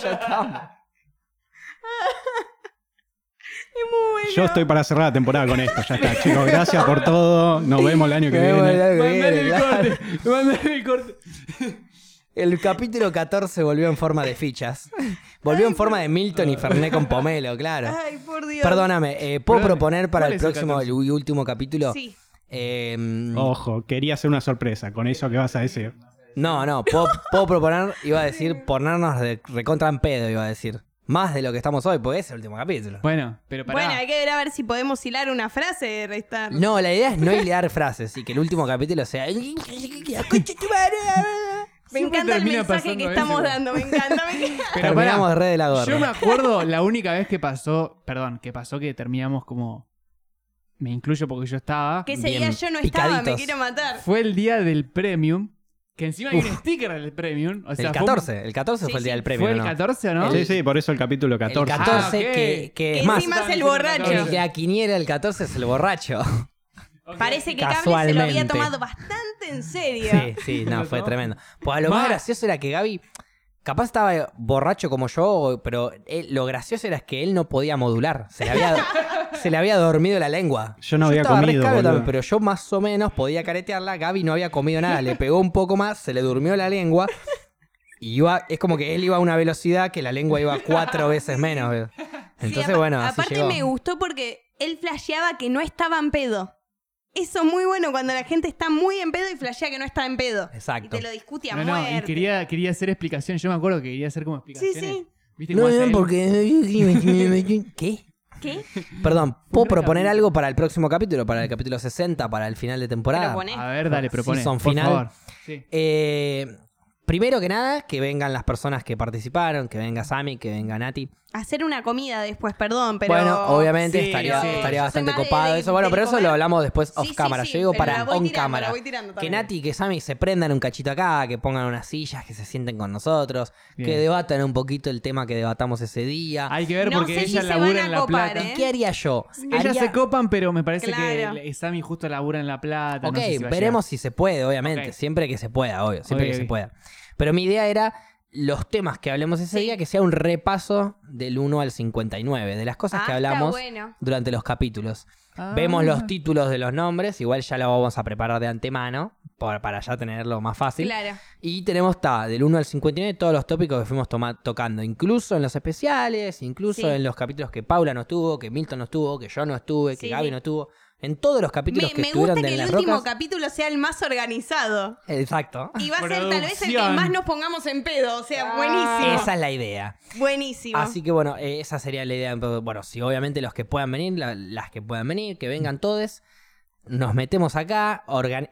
Es muy bueno. Yo estoy para cerrar la temporada con esto. Ya está, chicos. Gracias por todo. Nos vemos el año que viene. Mandale el corte. El capítulo 14 volvió en forma de fichas. Volvió en forma de Milton y Fernet con pomelo, claro. Ay, por Dios. Perdóname, ¿puedo Perdóname, proponer para ¿cuál el es el próximo 14? y último capítulo? Sí. Ojo, quería hacer una sorpresa con eso que vas a decir. No, puedo proponer, iba a decir, ponernos de recontra en pedo, iba a decir. Más de lo que estamos hoy, porque es el último capítulo. Bueno, pero pará. Bueno, hay que ver a ver si podemos hilar una frase de restar. No, la idea es no hilar frases y que el último capítulo sea... Me Siempre encanta el termina mensaje pasando que eso, estamos igual. dando, me encanta. Pero Terminamos pará, re de la gorra. yo me acuerdo la única vez que pasó, que terminamos como... Me incluyo porque yo estaba. Que ese Bien día yo no estaba, me picaditos. quiero matar. Fue el día del Premium, que encima hay un sticker del Premium. O sea, El fue un- 14, el 14 Sí, fue el día sí. del premio, ¿Fue el ¿no? 14 o no? Sí, sí, por eso el capítulo El 14. 14, Ah, ok. que es más, encima es el borracho. el que a quiniela el 14 es el borracho. Parece que Cable se Casualmente. lo había tomado bastante en serio. Sí, no, fue tremendo. Pues lo Más- más gracioso era que Gaby, capaz estaba borracho como yo, pero lo gracioso era que él no podía modular. Se le había dormido la lengua. Yo no había estaba re comido, escabio boludo. también, pero yo más o menos podía caretearla. Gaby no había comido nada, le pegó un poco más, se le durmió la lengua. Y es como que él iba a una velocidad que la lengua iba 4 veces menos. Entonces, Sí, bueno, así aparte llegó. me gustó porque él flasheaba que no estaba en pedo. Eso es muy bueno cuando la gente está muy en pedo y flashea que no está en pedo. Exacto. Y te lo discute a No, muerte. y quería hacer explicación. Yo me acuerdo que quería hacer como explicaciones. sí. ¿Viste No, cómo hace él? porque... ¿Qué? ¿Qué? Perdón, ¿puedo Primer proponer capítulo. algo para el próximo capítulo? Para el capítulo 60, para el final de temporada. Proponé. A ver, dale, propone. Season por final. favor. Sí. Primero que nada, que vengan las personas que participaron, que venga Sammy, que venga Nati. Hacer una comida después, perdón, pero... Bueno, obviamente Sí, estaría, sí. estaría Yo bastante soy más copado de eso. Bueno, pero eso comer. lo hablamos después off Sí, cámara. sí, Yo digo pero la para voy on tirando, cámara. la voy tirando Que también. Nati y que Sammy se prendan un cachito acá, que pongan unas sillas, que se sienten con nosotros, Bien. que debatan un poquito el tema que debatamos ese día. Hay que ver No porque sé ella si se labura van a en La copar, Plata. ¿eh? ¿Qué haría yo? Ellas Haría- se copan, pero me parece Claro. que Sammy justo labura en La Plata. Ok, no sé si va a veremos si se puede, obviamente. Ok. Siempre que se pueda, obvio. Siempre Ok, que se ok. pueda. Pero mi idea era los temas que hablemos ese Sí. día, que sea un repaso del 1 al 59, de las cosas que hablamos Está bueno. durante los capítulos. llegar. Vemos los títulos de los nombres, igual ya lo vamos a preparar de antemano, para ya tenerlo más fácil. Claro. Y tenemos, del 1 al 59, todos los tópicos que fuimos tocando, incluso en los especiales, incluso Sí. en los capítulos que Paula no estuvo, que Milton no estuvo, que yo no estuve, que Sí, Gaby sí. no estuvo. En todos los capítulos que Me estuvieron gusta de que Las el último Rocas. capítulo sea el más organizado. Exacto. Y va a ser tal vez el que Producción. más nos pongamos en pedo. O sea, Ah. buenísimo. Esa es la idea. Buenísimo. Así que bueno, esa sería la idea. Bueno, sí, obviamente los que puedan venir, las que puedan venir, que vengan todos. Nos metemos acá,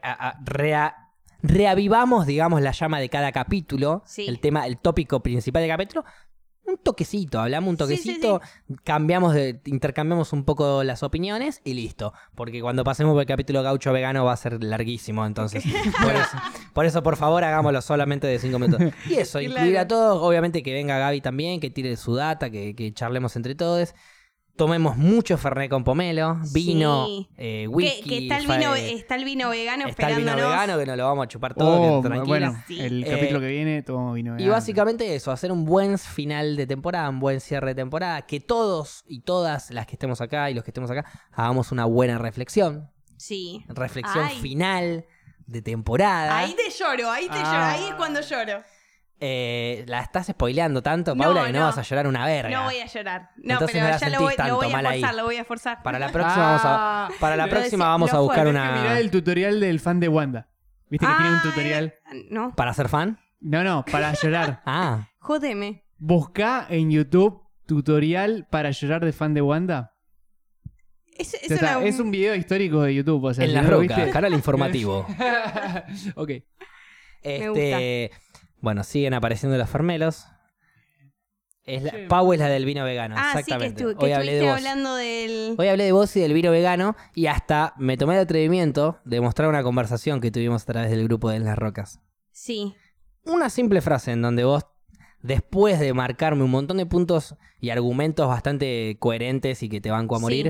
reavivamos, digamos, la llama de cada capítulo. Sí. El tema, el tópico principal del capítulo. Un toquecito, hablamos un Sí, sí, toquecito, intercambiamos un poco las opiniones y listo. Porque cuando pasemos por el capítulo gaucho vegano va a ser larguísimo, entonces. Por eso, por favor, hagámoslo solamente de 5 minutos. Y eso, Claro. incluir a todos. Obviamente que venga Gaby también, que tire su data, que charlemos entre todos. Tomemos mucho Fernet con pomelo, vino, Sí. whisky. que está el vino vegano está el vino esperándonos. vegano, que nos lo vamos a chupar todo, Oh, que tranquila. bueno, Sí. el Eh, capítulo que viene, todo vino Y vegano. básicamente eso, hacer un buen final de temporada, un buen cierre de temporada, que todos y todas las que estemos acá y los que estemos acá hagamos una buena reflexión, Sí. reflexión Ay. final de temporada. Ahí te lloro, ahí te lloro, ahí es cuando lloro. La estás spoileando tanto, Paula, que no vas a llorar una verga. No voy a llorar. No, Entonces pero no la ya lo sentís voy, tanto, lo voy a mal ahí. forzar, lo voy a forzar. Para la próxima Lo vamos a buscar fuerte. Mirá una... el tutorial del fan de Wanda. ¿Viste que tiene un tutorial? No, ¿Para ser fan? No, para llorar. Ah, jódeme. Buscá en YouTube tutorial para llorar de fan de Wanda. Es O sea, es un video histórico de YouTube. O sea, en si Las no lo Rocas, viste- canal informativo. Ok. Bueno, siguen apareciendo los fermelos. Pau es la del vino vegano, Ah, sí, exactamente. que Hoy hablé de estuviste vos. hablando del... Hoy hablé de vos y del vino vegano y hasta me tomé el atrevimiento de mostrar una conversación que tuvimos a través del grupo de En las Rocas. Sí. Una simple frase en donde vos, después de marcarme un montón de puntos y argumentos bastante coherentes y que te banco a morir,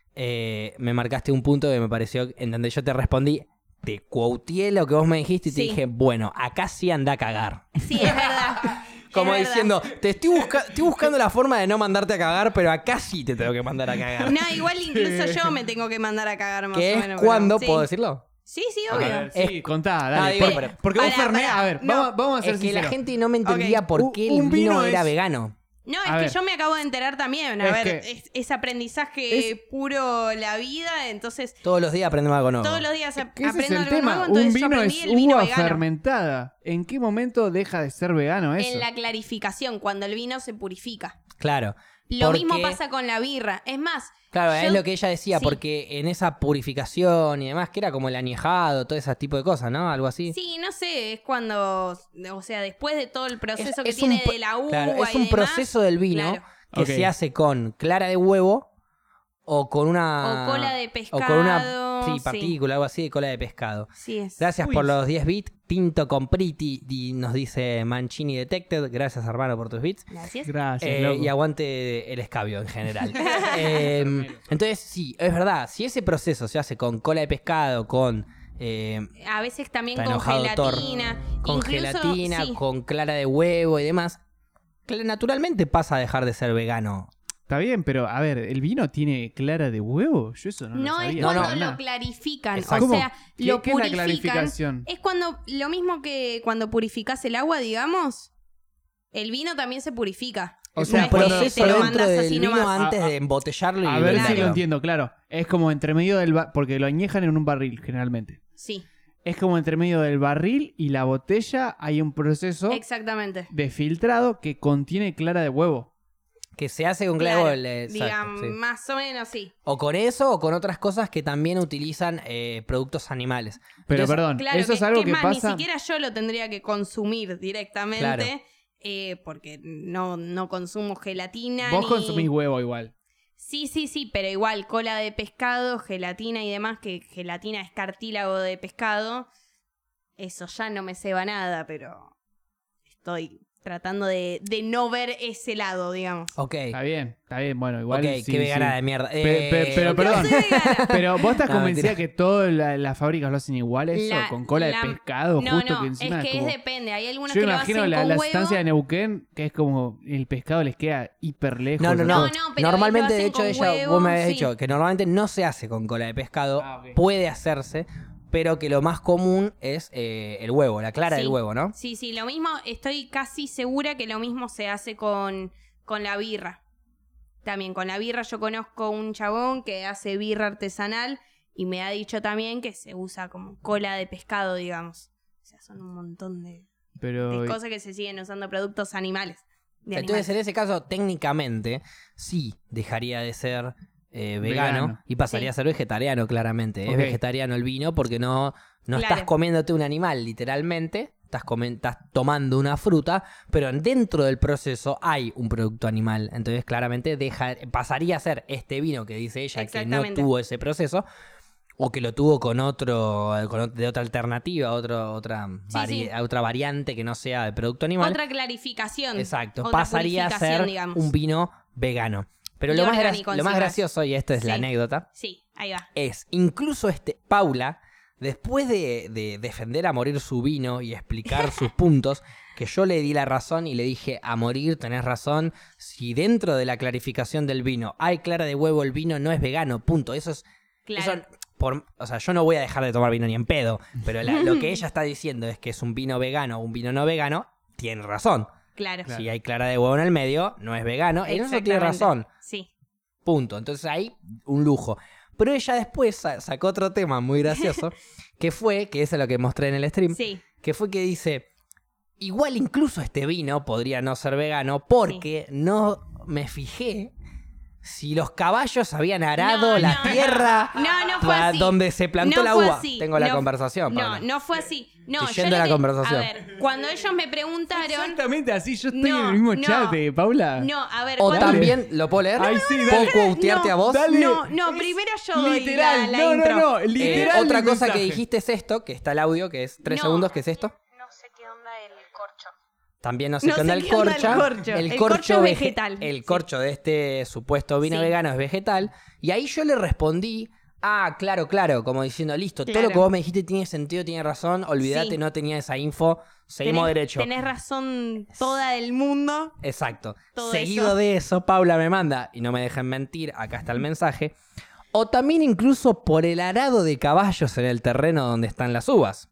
me marcaste un punto que me pareció, en donde yo te respondí, te quoteé lo que vos me dijiste y te Sí. dije, bueno, acá sí anda a cagar. Sí, es verdad. Como Es verdad. diciendo, estoy buscando la forma de no mandarte a cagar, pero acá sí te tengo que mandar a cagar. No, igual incluso yo me tengo que mandar a cagar más ¿Qué o es menos. cuándo? pero sí. ¿Puedo decirlo? Sí, sí, A obvio. ver, sí, contá, Ah, dale. digo, Por- pero- porque vos, Pará, Fernet, pará. a ver, No. vamos a ser Es que la sinceros. gente no me entendía Ok. por qué el Un vino vino era es- vegano. No, A es que ver. yo me acabo de enterar también. A Es ver, que- es aprendizaje puro la vida, entonces Todos los días aprendemos algo nuevo. todos los días Que ese es aprendo el algo tema. nuevo, entonces Un yo vino aprendí es el vino uva vegano. fermentada. ¿En qué momento deja de ser vegano eso? En la clarificación, cuando el vino se purifica. Claro. Lo Porque- mismo pasa con la birra. Es más, Claro, yo- es lo que ella decía, sí. porque en esa purificación y demás, que era como el añejado, todo ese tipo de cosas, ¿no? Algo así. sí, no sé, es cuando, o sea, después de todo el proceso que Es tiene un, de la uva claro, es y un demás, proceso del vino claro. que Ok. se hace con clara de huevo o con una... O cola de O con una pescado, sí. partícula, algo así de cola de pescado. Sí es. Gracias Uy. por los 10 bits. Tinto con Pretty, nos dice Mancini Detected. Gracias, hermano, por tus bits. Gracias. Gracias, loco. Y aguante el escabio en general. Entonces, sí, es verdad. Si ese proceso se hace con cola de pescado, con A veces también Está con enojado Thor. gelatina. con Incluso, gelatina, sí. con clara de huevo y demás, naturalmente pasa a dejar de ser vegano. Está bien, pero a ver, ¿el vino tiene clara de huevo? Yo eso no lo No es sabía. cuando para lo nada. clarifican, Exacto. o sea, ¿Qué- lo qué es la purifican. clarificación? Es cuando lo mismo que cuando purificás el agua, digamos, el vino también se purifica. O No sea, es que Proceso te lo dentro mandas del así vino nomás. antes de embotellarlo y A ver si venderlo. lo entiendo, claro. Es como entre medio del... porque lo añejan en un barril, generalmente. Sí, Es como entre medio del barril y la botella hay un proceso exactamente. de filtrado que contiene clara de huevo. Que se hace con clara de Claro, huevo. Exacto, digamos, sí. más o menos sí. O con eso o con otras cosas que también utilizan productos animales. Pero Entonces, perdón, Claro, eso es algo que más, pasa... ni siquiera yo lo tendría que consumir directamente, Claro. porque no consumo gelatina. Vos ni... consumís huevo igual. Sí, pero igual, cola de pescado, gelatina y demás, que gelatina es cartílago de pescado. Eso ya no me ceba nada, pero estoy tratando de no ver ese lado, digamos. Ok. Está bien, bueno, igual... Ok, sí, qué vegana sí. de mierda. Pero ok. perdón. Soy vegana. Pero vos estás No, convencida mentira. que todas las fábricas lo hacen igual eso, La- con cola la- de pescado, no, justo no, que encima es que como... depende. Hay algunas Yo que lo imagino hacen la con huevo. estancia de Neuquén, que es como el pescado les queda hiper lejos. No, de No, todo. no, pero Normalmente, lo de hacen hecho, con ella, huevo, vos me habías sí. dicho que normalmente no se hace con cola de pescado, Ah, ok. puede hacerse, pero que lo más común es el huevo, la clara Sí. del huevo, ¿no? Sí, lo mismo, estoy casi segura que lo mismo se hace con la birra. También con la birra yo conozco un chabón que hace birra artesanal y me ha dicho también que se usa como cola de pescado, digamos. O sea, son un montón de Pero cosas que se siguen usando productos animales. de Entonces, animales. en ese caso, técnicamente, sí dejaría de ser vegano, Vegano. y pasaría Sí. a ser vegetariano, claramente. Ok. Es vegetariano el vino porque no Claro. estás comiéndote un animal, literalmente. Estás tomando una fruta, pero dentro del proceso hay un producto animal. Entonces, claramente, pasaría a ser este vino que dice ella que no Exactamente. tuvo ese proceso, o que lo tuvo de otra alternativa, Sí. otra variante que no sea de producto animal. Otra clarificación. Exacto, Otra pasaría a purificación, ser digamos. un vino vegano. Pero Y lo más, orgánico lo más encima. gracioso, y esto es la Sí. anécdota, Sí, ahí va. es incluso Paula, después de defender a morir su vino y explicar sus puntos, que yo le di la razón y le dije, a morir tenés razón, si dentro de la clarificación del vino hay clara de huevo, el vino no es vegano, punto. Eso es... Claro. Eso, o sea, yo no voy a dejar de tomar vino ni en pedo, pero lo que ella está diciendo es que es un vino vegano o un vino no vegano, tiene razón. Claro. Claro. Si hay clara de huevo en el medio, no es vegano. En eso tiene Exactamente. razón. Sí. Punto. Entonces ahí, un lujo. Pero ella después sacó otro tema muy gracioso, que eso es lo que mostré en el stream, Sí. que fue que dice, igual incluso este vino podría no ser vegano porque no me fijé si los caballos habían arado la tierra No fue así. donde se plantó No la fue uva. así. Tengo la No- conversación. No, Paula. no fue así. No, Estoy yendo a la conversación. A ver, cuando ellos me preguntaron... Exactamente así, yo estoy No, en el mismo no. chat, Paula. No, a ver, O cuando... también, ¿lo puedo leer? Ay, sí, ¿Puedo dale. quotearte a vos? Dale. No, primero yo doy Literal, la intro. no, literal. Otra el cosa mensaje. que dijiste es esto, que está el audio, que es 3 No. segundos, que es esto. No sé qué onda el corcho. También no sé No qué onda sé el qué onda corcho. el corcho. El corcho corcho vegetal. El Sí. corcho de este supuesto vino Sí. vegano es vegetal. Y ahí yo le respondí, claro, como diciendo, listo, todo lo Claro. que vos me dijiste tiene sentido, tiene razón, olvídate, Sí. no tenía esa info, seguimos derecho. Tenés razón toda del mundo. Exacto. Todo Seguido eso. de eso, Paula me manda, y no me dejen mentir, acá está el mensaje, o también incluso por el arado de caballos en el terreno donde están las uvas.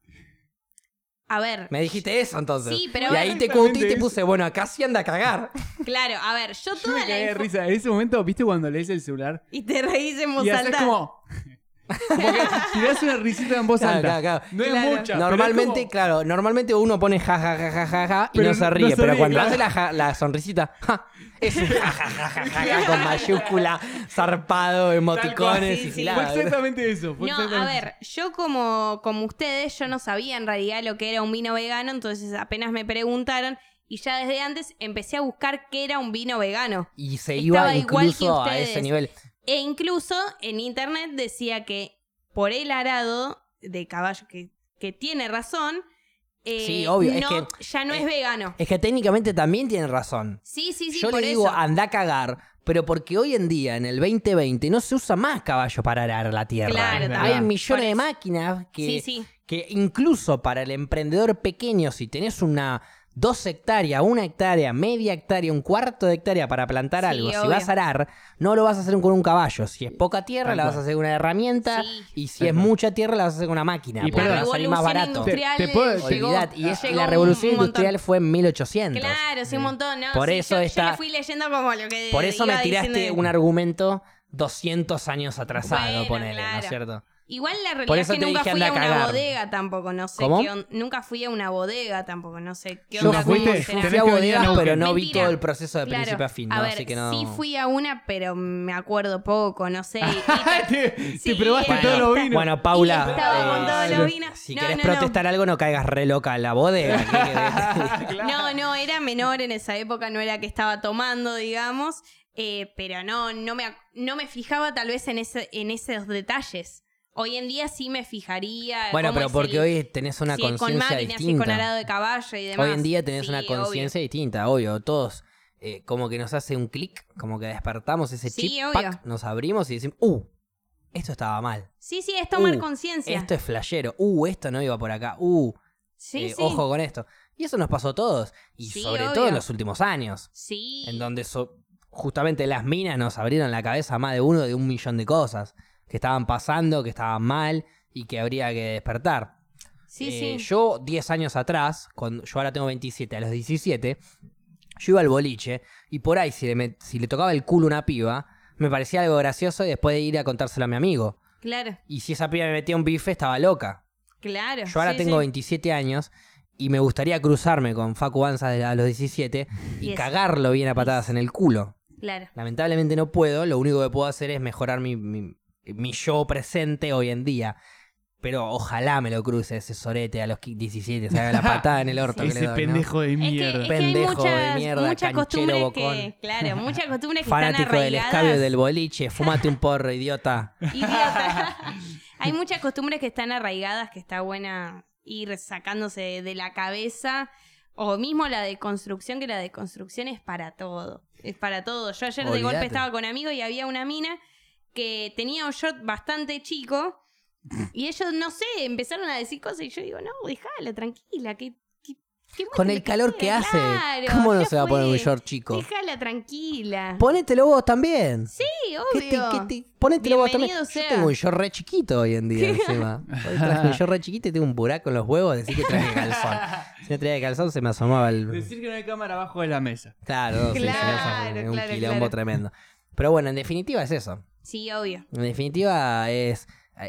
A ver, Me dijiste eso entonces. Sí, pero y a ahí ver, te cuté y te exactamente puse, bueno, acá sí anda a cagar. claro, a ver, yo Yo toda me la cagué de info... risa. En ese momento, ¿viste cuando lees el celular? Y te reís en voz Y haces alta. como... como que tirás una risita en voz Claro, alta. claro. No es Claro. mucha. pero Normalmente, es como- claro, normalmente uno pone ja, ja, ja, ja, ja, ja, y Pero no se no ríe. se Pero ríe, cuando claro. hace la sonrisita, ja, es un ja, ja, ja, ja, ja, ja, con mayúscula, zarpado, emoticones Sí, y sí. giladas. Fue exactamente eso. Fue No, a exactamente ver, yo como ustedes, yo no sabía en realidad lo que era un vino vegano, entonces apenas me preguntaron y ya desde antes empecé a buscar qué era un vino vegano. Y se Estaba iba igual que incluso a ustedes. ese nivel. E incluso en internet decía que por el arado de caballo que tiene razón, Sí, obvio, es que- ya no es vegano. Es que técnicamente también tienen razón. Sí, Yo por le digo, eso. anda a cagar, pero porque hoy en día, en el 2020, no se usa más caballo para arar la tierra. Claro, Es Hay verdad. millones Por de eso. máquinas Sí, sí. que incluso para el emprendedor pequeño, si tenés una 2 hectáreas, 1 hectárea, media hectárea, un cuarto de hectárea para plantar Sí, algo, si obvio. vas a arar, no lo vas a hacer con un caballo. Si es poca tierra, Tal la vas a cual. hacer con una herramienta. Sí. Y si Tal es cual. mucha tierra, la vas a hacer con una máquina. Y porque perdón, va a salir más barato. industrial Te puedo- llegó- Olvidate. Y llegó la un revolución montón. industrial fue en 1800. Claro, sí, un montón, ¿no? Por Sí, eso yo está- le fui leyendo como lo que Por eso me iba tiraste diciendo. un argumento 200 años atrasado, Bueno, ponele, ¿no claro. es cierto? Igual la realidad Por es eso que te nunca dije, fui a anda a una cagar. bodega tampoco, no sé ¿Cómo? qué onda. Nunca fui a una bodega tampoco, no sé qué Yo onda. fuiste, cómo fui, será. tenés fui a que venir a bodegas, Neuquén. pero no vi Mentira. todo el proceso de Claro. principio a fin, ¿no? A ver, Así que no... sí fui a una, pero me acuerdo poco, no sé. te Sí, probaste bueno, todos los vinos. Bueno, Paula, Y estaba con todos los vinos. si No, querés no, protestar algo, no caigas re loca en la bodega. No, era menor en esa época, no era que estaba tomando, digamos. Pero no me fijaba tal vez en esos detalles. Hoy en día sí me fijaría. Bueno, cómo pero es porque el- hoy tenés una si es con conciencia máquinas, si es con arado distinta. de caballo y demás. Hoy en día tenés Sí, una obvio. conciencia distinta, obvio. Todos como que nos hace un clic, como que despertamos ese Sí, chip, obvio. pac, nos abrimos y decimos, esto estaba mal. Sí, es tomar Uh, conciencia. Esto es flashero. Esto no iba por acá. Sí, sí. Ojo con esto. Y eso nos pasó a todos. Y Sí, sobre obvio. todo en los últimos años. Sí. En donde justamente las minas nos abrieron la cabeza a más de 1.000.000 de cosas que estaban pasando, que estaban mal y que habría que despertar. Sí. Yo 10 años atrás, yo ahora tengo 27, a los 17, yo iba al boliche y por ahí si le tocaba el culo a una piba, me parecía algo gracioso y después de ir a contárselo a mi amigo. Claro, Y si esa piba me metía un bife, estaba loca. claro. Yo ahora sí, tengo sí. 27 años y me gustaría cruzarme con Facu Banza a los 17 y Yes. cagarlo bien a patadas en el culo. Claro. Lamentablemente no puedo, lo único que puedo hacer es mejorar mi yo presente hoy en día. Pero ojalá me lo cruce ese sorete a los 17, se haga la patada en el orto. que le Ese doy, ¿no? pendejo de Es que, mierda. es que hay Pendejo de muchas, mierda, muchas canchero, costumbres bocón. claro, muchas costumbres que están Fanático del arraigadas. escabio del boliche, fumate un porro, idiota. Idiota. Hay muchas costumbres que están arraigadas que está buena ir sacándose de la cabeza. O mismo la deconstrucción, que la deconstrucción es para todo. Es para todo. Yo ayer de Olvídate. golpe estaba con amigos y había una mina que tenía un short bastante chico y ellos, no sé, empezaron a decir cosas y yo digo, no, déjala, tranquila, que Con muestre el lo calor que quiera, hace, claro, ¿cómo no ya se va a poner un fue. short chico? Déjala tranquila. Ponételo vos también. Sí, ¿Qué obvio. Ponételo vos también. Bienvenido Yo sea. tengo un short re chiquito hoy en día encima. Hoy traje un short re chiquito y tengo un buraco en los huevos, decir que traje calzón. Si no traía calzón se me asomaba el... Decir que no hay cámara abajo de la mesa. Claro, sí, Claro, es un claro, quilombo claro. tremendo. Pero bueno, en definitiva es eso. Sí, obvio. En definitiva es,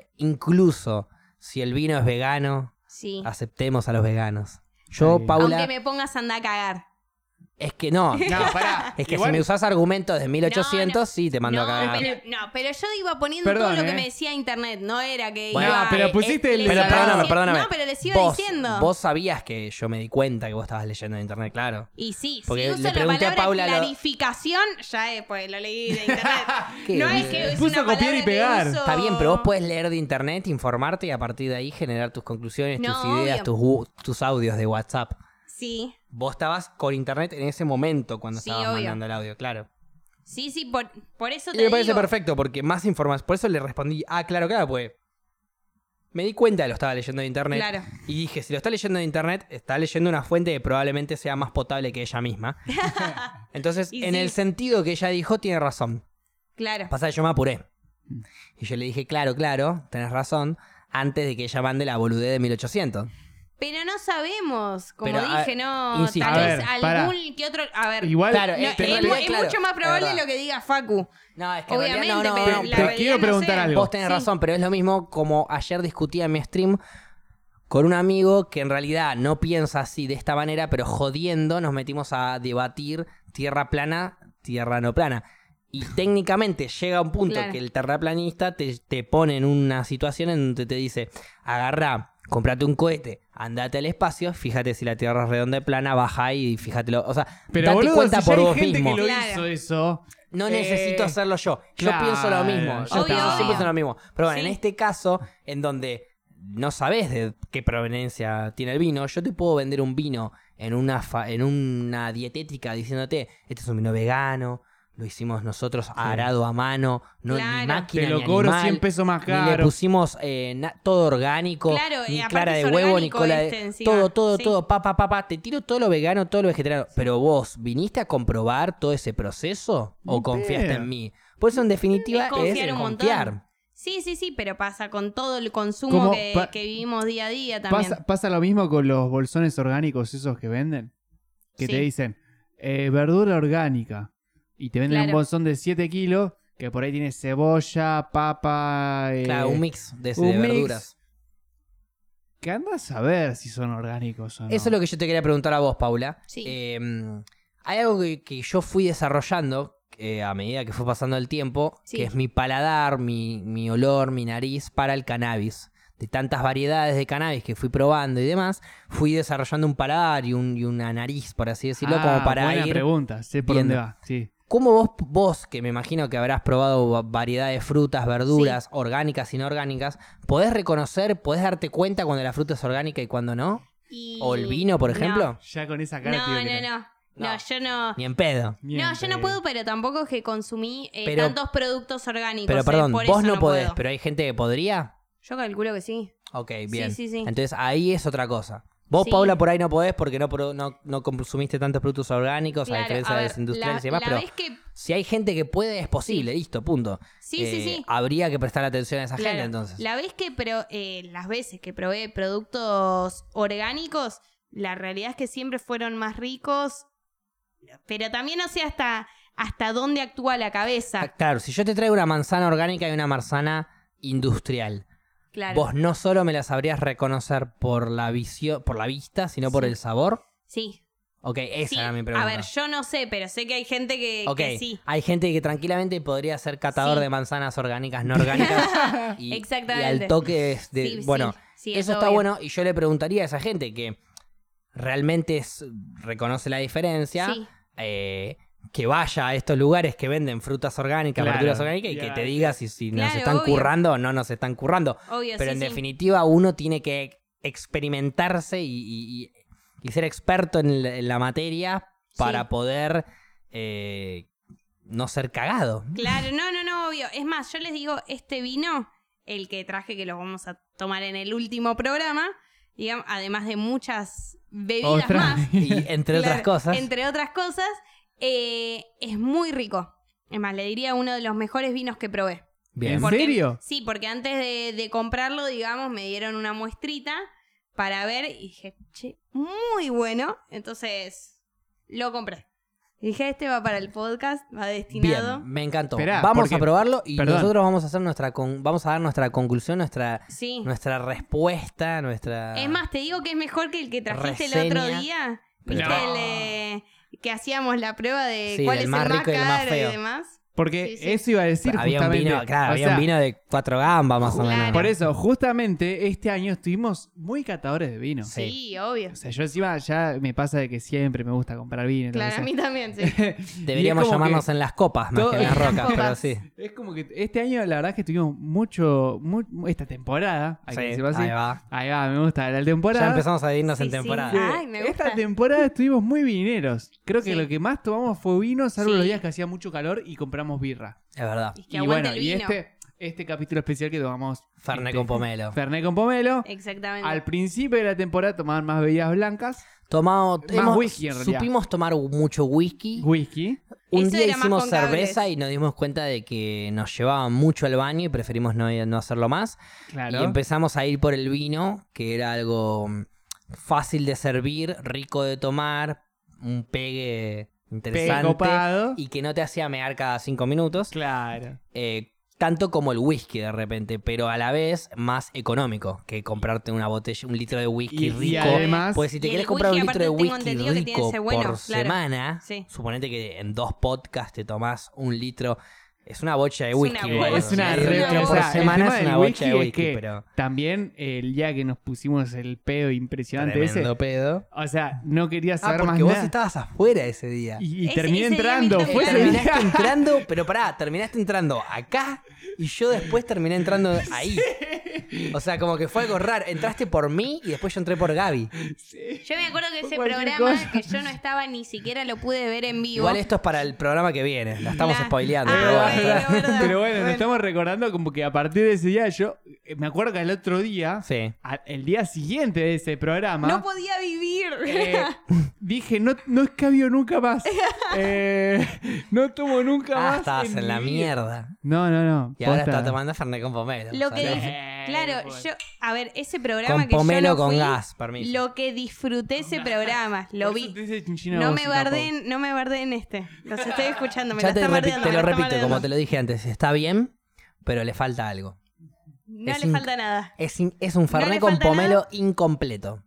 incluso si el vino es vegano, Sí. aceptemos a los veganos. Yo, Está bien. Paula, Aunque me pongas a andar a cagar. es que no. No, pará. Es que Igual- si me usás argumentos de 1800, No, no. sí, te mando no, a cagar. pero yo iba poniendo Perdón, todo lo que ¿eh? me decía internet, no era que Bueno, iba... pero pusiste el- les Pero iba perdóname, diciendo- perdóname. No, pero les iba diciendo. Vos sabías que yo me di cuenta que vos estabas leyendo en internet, claro. Y sí, Porque si le uso la pregunté a palabra Paula clarificación, ya es, pues lo leí de internet. Qué No bien. es que es Puso una a copiar y palabra que pegar. uso- Está bien, pero vos podés leer de internet, informarte y a partir de ahí generar tus conclusiones, No, tus ideas, tus audios de WhatsApp. Sí, Vos estabas con internet en ese momento cuando Sí, estabas obvio. mandando el audio, claro. sí, por eso Y te me parece digo. perfecto, porque más información. Por eso le respondí, claro, pues. Me di cuenta que lo estaba leyendo de internet. Claro. Y dije, si lo está leyendo de internet, está leyendo una fuente que probablemente sea más potable que ella misma. Entonces, Y en sí. el sentido que ella dijo, tiene razón. Claro. Pasa que yo me apuré. Y yo le dije, claro, tenés razón, antes de que ella mande la boludez de 1800. Pero no sabemos, como Pero, dije, no, insisto. tal A vez ver, algún pará. que otro, a ver, Igual Claro, no, te es, realidad, es claro, mucho más es probable verdad. lo que diga Facu. No, es que en Obviamente, realidad no, pero no, la te realidad quiero no preguntar sé. algo. Vos tenés Sí. razón, pero es lo mismo como ayer discutía en mi stream con un amigo que en realidad no piensa así de esta manera, pero jodiendo nos metimos a debatir tierra plana, tierra no plana. Y técnicamente llega un punto Claro. que el terraplanista te pone en una situación en donde te dice, agarrá, comprate un cohete, andate al espacio, fíjate si la tierra es redonda y plana, baja y fíjatelo. O sea, Pero date boludo, cuenta si por ya hay vos gente mismo. que lo Claro. hizo eso. No necesito hacerlo yo. Yo claro, pienso lo mismo. ya Yo está. siempre Obvio. pienso lo mismo. Pero bueno, Sí. en este caso, en donde no sabes de qué proveniencia tiene el vino, yo te puedo vender un vino en una dietética diciéndote, este es un vino vegano, lo hicimos nosotros arado a mano, no ni Claro. máquina Te lo ni cobro animal, 100 pesos más ni le caro. pusimos todo orgánico, Claro, y ni aparte clara de es huevo, ni orgánico cola de... este encima. todo, Sí. todo, te tiro todo lo vegano, todo lo vegetariano. Pero vos, ¿viniste a comprobar todo ese proceso? ¿O Ni confiaste pedo. en mí? Por eso, en definitiva, Es confiar es un confiar. montón. Sí, pero pasa con todo el consumo Como que vivimos día a día también. Pasa lo mismo con los bolsones orgánicos esos que venden. Que Sí. te dicen, verdura orgánica. Y te venden un Claro. bolsón de 7 kilos que por ahí tiene cebolla, papa... Claro, un mix de un mix. verduras. Que andas a ver si son orgánicos o no. Eso es lo que yo te quería preguntar a vos, Paula. Sí. Hay algo que yo fui desarrollando a medida que fue pasando el tiempo, Sí. que es mi paladar, mi olor, mi nariz para el cannabis. De tantas variedades de cannabis que fui probando y demás, fui desarrollando un paladar y una nariz, por así decirlo, como para buena ir... pregunta, sé por viendo. dónde va. Sí. ¿Cómo vos, que me imagino que habrás probado variedad de frutas, verduras, orgánicas, inorgánicas, podés reconocer, podés darte cuenta cuando la fruta es orgánica y cuando no? Y- ¿O el vino, por ejemplo? Ya con esa cara te digo que No, No. yo no. Ni en pedo. No, yo no puedo, pero tampoco es que consumí Pero- tantos productos orgánicos. Pero perdón, por vos eso no podés, puedo. pero hay gente que podría. Yo calculo que sí. Ok, bien. Sí. Entonces ahí es otra cosa. Vos, Sí. Paula, por ahí no podés porque no consumiste tantos productos orgánicos, a Claro, diferencia a de ver, los industriales y demás, la pero vez que... si hay gente que puede, es posible, listo, punto. Sí. Habría que prestar atención a esa Claro, gente entonces. las veces que probé productos orgánicos, la realidad es que siempre fueron más ricos, pero también no sé hasta dónde actúa la cabeza. Claro, si yo te traigo una manzana orgánica y una manzana industrial, Claro. vos no solo me la sabrías reconocer por la vista, sino por Sí. el sabor. Sí. Ok, esa Sí, era mi pregunta. a ver, yo no sé, pero sé que hay gente que Ok, sí. hay gente que tranquilamente podría ser catador Sí. de manzanas orgánicas, no orgánicas. y, Exactamente. Y al toque es de... Sí, bueno, sí, eso es está obvio. bueno. Y yo le preguntaría a esa gente que realmente reconoce la diferencia, Sí. que vaya a estos lugares que venden frutas orgánicas, Claro, verduras orgánicas, y que ya, te diga si nos Claro, están obvio. currando o no nos están currando. Obvio, Pero sí, en sí. definitiva uno tiene que experimentarse y ser experto en la materia para Sí. poder no ser cagado. Claro, no, obvio. Es más, yo les digo, este vino, el que traje, que lo vamos a tomar en el último programa, digamos, además de muchas bebidas Otra. más. Y entre otras Claro, cosas. Entre otras cosas, es muy rico. Es más, le diría uno de los mejores vinos que probé. Bien. ¿En Porque- serio? Sí, porque antes de comprarlo, digamos, me dieron una muestrita para ver y dije, che, muy bueno. Entonces, lo compré. Y dije, este va para el podcast, va destinado. Bien, me encantó. Esperá, vamos porque- a probarlo y perdón. nosotros vamos a hacer vamos a dar nuestra conclusión, nuestra Sí. respuesta, nuestra... Es más, te digo que es mejor que el que trajiste el Reseña. otro día. Pero- ¿Viste No. que hacíamos la prueba de Sí, cuál del es más el más rico y el más caro y feo. demás? Porque Sí, sí. eso iba a decir Había un justamente. vino, claro, O había sea, un vino de 4 gambas más o Claro. menos. Por eso, justamente este año estuvimos muy catadores de vino. Sí. Sí, obvio. O sea, yo encima ya me pasa de que siempre me gusta comprar vino. y todo Claro, a eso. mí también, sí. Deberíamos Y es como llamarnos que en las copas más todo- que en las En las rocas, pero copas. sí. Es como que este año la verdad es que tuvimos mucho esta temporada, hay que Sí, decirlo así. ahí va. Ahí va, me gusta la temporada. Ya empezamos a dividirnos Sí, en sí. temporada. Ay, me gusta. Esta temporada estuvimos muy vineros. Creo que Sí. lo que más tomamos fue vino, salvo Sí. los días que hacía mucho calor y compramos birra. Es verdad. Y que Y aguante bueno, el y vino. este capítulo especial que tomamos Fernet con pomelo. Fernet con pomelo. Exactamente. Al principio de la temporada tomaban más bebidas blancas, Tomado, whisky, en realidad. supimos tomar mucho whisky. whisky. Un Eso día era más hicimos con cables. cerveza y nos dimos cuenta de que nos llevaban mucho al baño y preferimos no hacerlo más. Claro. Y empezamos a ir por el vino, que era algo fácil de servir, rico de tomar, un pegue interesante copado. y que no te hacía mear cada 5 minutos. Claro. Tanto como el whisky de repente, pero a la vez más económico que comprarte una botella, un litro de whisky Y rico. además, Pues si te Y el quieres comprar un whisky, litro de aparte, tengo whisky entendido que tiene que rico ser bueno, por claro. semana, Sí. suponete que en 2 podcasts te tomás un litro. Es una bocha de Es whisky. una igual. bocha. es una Medio re... litro o por sea, el semana tema es del una bocha de es whisky, que pero también el día que nos pusimos el pedo impresionante tremendo ese, pedo. o sea, no quería saber más Porque vos nada. estabas afuera ese día. Y Ese- terminé ese día entrando. me Fue ese tocaron. día. Terminaste entrando, pero pará, terminaste entrando acá y yo después terminé entrando ahí. O sea, como que fue algo raro. Entraste por mí y después yo entré por Gaby. Yo me acuerdo que ese Cualquier programa cosa. que yo no estaba ni siquiera lo pude ver en vivo. Igual esto es para el programa que viene. La estamos La- spoileando. Ah, pero bueno. bueno. verdad. Pero bueno, nos estamos recordando como que a partir de ese día yo me acuerdo que el otro día, Sí. el día siguiente de ese programa, No podía vivir. dije, no escabio nunca más. No tomo nunca Ah, más. estabas en mi la vida. mierda. No. Y ahora posta. está tomando Fernet con pomelo. Lo que ¿sabes? claro, pues. yo, a ver, ese programa Con que pomelo yo no con fui, gas, permiso. lo que disfruté ese programa, lo Por eso vi. te dice chinchino a No vos, me capo. bardeen, no me bardeen este. Los estoy escuchando, me Ya la te, está bardeando. te me lo la está repito, como bardeando. te lo dije antes. Está bien, pero le falta algo. No es le in- falta nada. Es un Fernet le con falta pomelo nada. incompleto.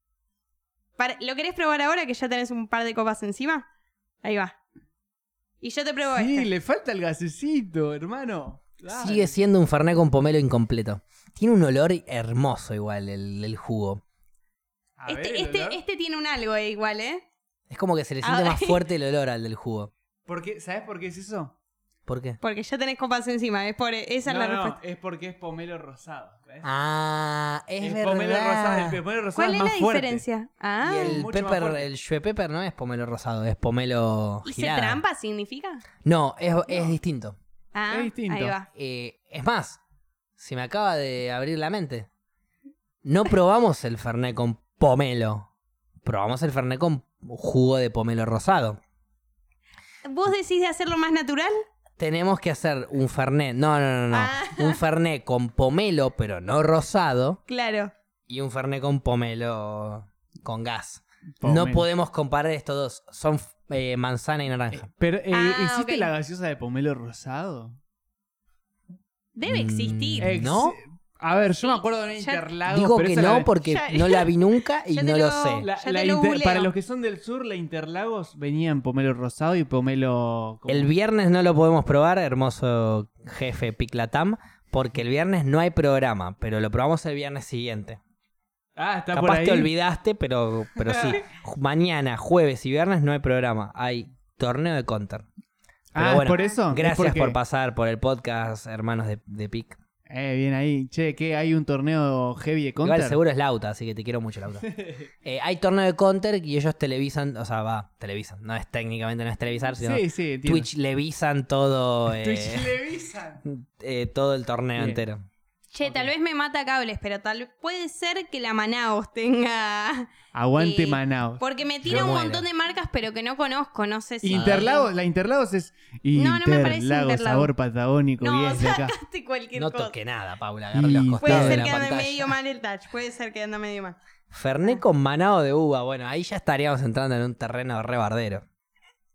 ¿Lo querés probar ahora que ya tenés un par de copas encima? Ahí va. Y yo te pruebo Sí, este. le falta el gasecito, hermano. Dale. Sigue siendo un Fernet con pomelo incompleto. Tiene un olor hermoso igual el jugo. A ver, el olor. Este tiene un algo igual, ¿eh? Es como que se le siente Ah, más fuerte el olor al del jugo. ¿Sabes por qué es eso? ¿Por qué? Porque ya tenés copas encima, esa es la respuesta. es porque es pomelo rosado. ¿ves? Ah, es pomelo rosado, el verdad. pomelo rosado ¿Cuál es es más la fuerte. diferencia? Ah. Y el mucho más pepper, fuerte. el shue pepper no es pomelo rosado, es pomelo ¿Y se girada. trampa significa? No, es distinto. Ah, Es distinto. ahí va. Es más, se me acaba de abrir la mente. No probamos el Fernet con pomelo. Probamos el Fernet con jugo de pomelo rosado. ¿Vos decís de hacerlo más natural? Tenemos que hacer un Fernet. No. Ah. Un Fernet con pomelo, pero no rosado. Claro. Y un Fernet con pomelo con gas. Pomelo. No podemos comparar estos dos. Son manzana y naranja. Pero, Ah, ¿existe ok. la gaseosa de pomelo rosado? Debe existir. ¿No? A ver, yo me acuerdo de una Ya- Interlagos. Digo pero que esa no la- porque Ya- no la vi nunca y ya no te lo lo- sé. La- Ya la te lo googleo. para los que son del sur, la Interlagos venía en pomelo rosado y pomelo... como- El viernes no lo podemos probar, hermoso jefe Piclatam, porque el viernes no hay programa, pero lo probamos el viernes siguiente. Ah, está por Capaz ahí. te olvidaste, pero sí. Mañana, jueves y viernes no hay programa. Hay torneo de Counter. Pero Ah, bueno, ¿por eso? ¿Es Gracias porque- por pasar por el podcast, hermanos de Pic. Bien ahí. Che, ¿qué? ¿Hay un torneo heavy de Counter? Igual seguro es Lauta, así que te quiero mucho, Lauta. Hay torneo de Counter y ellos televisan, o sea, televisan. No es técnicamente, no es televisar, sino Sí, sí, entiendo. Twitch levisan todo, Twitch televisan. todo el torneo Bien. entero. Che, tal vez me mata cables, pero puede ser que la Manaos tenga... Aguante Manaus. Porque me tira Yo un muero. montón de marcas, pero que no conozco, no sé si... Interlagos, la Interlagos es No, no me parece Interlagos, Interlagos. sabor patagónico, No, bien de acá. sacaste cualquier No cosa. toqué nada, Paula. Agarré los Y- costados Puede de ser la que ande pantalla. medio mal el touch, puede ser que ande medio mal. Fernet con manado de uva. Bueno, ahí ya estaríamos entrando en un terreno re bardero.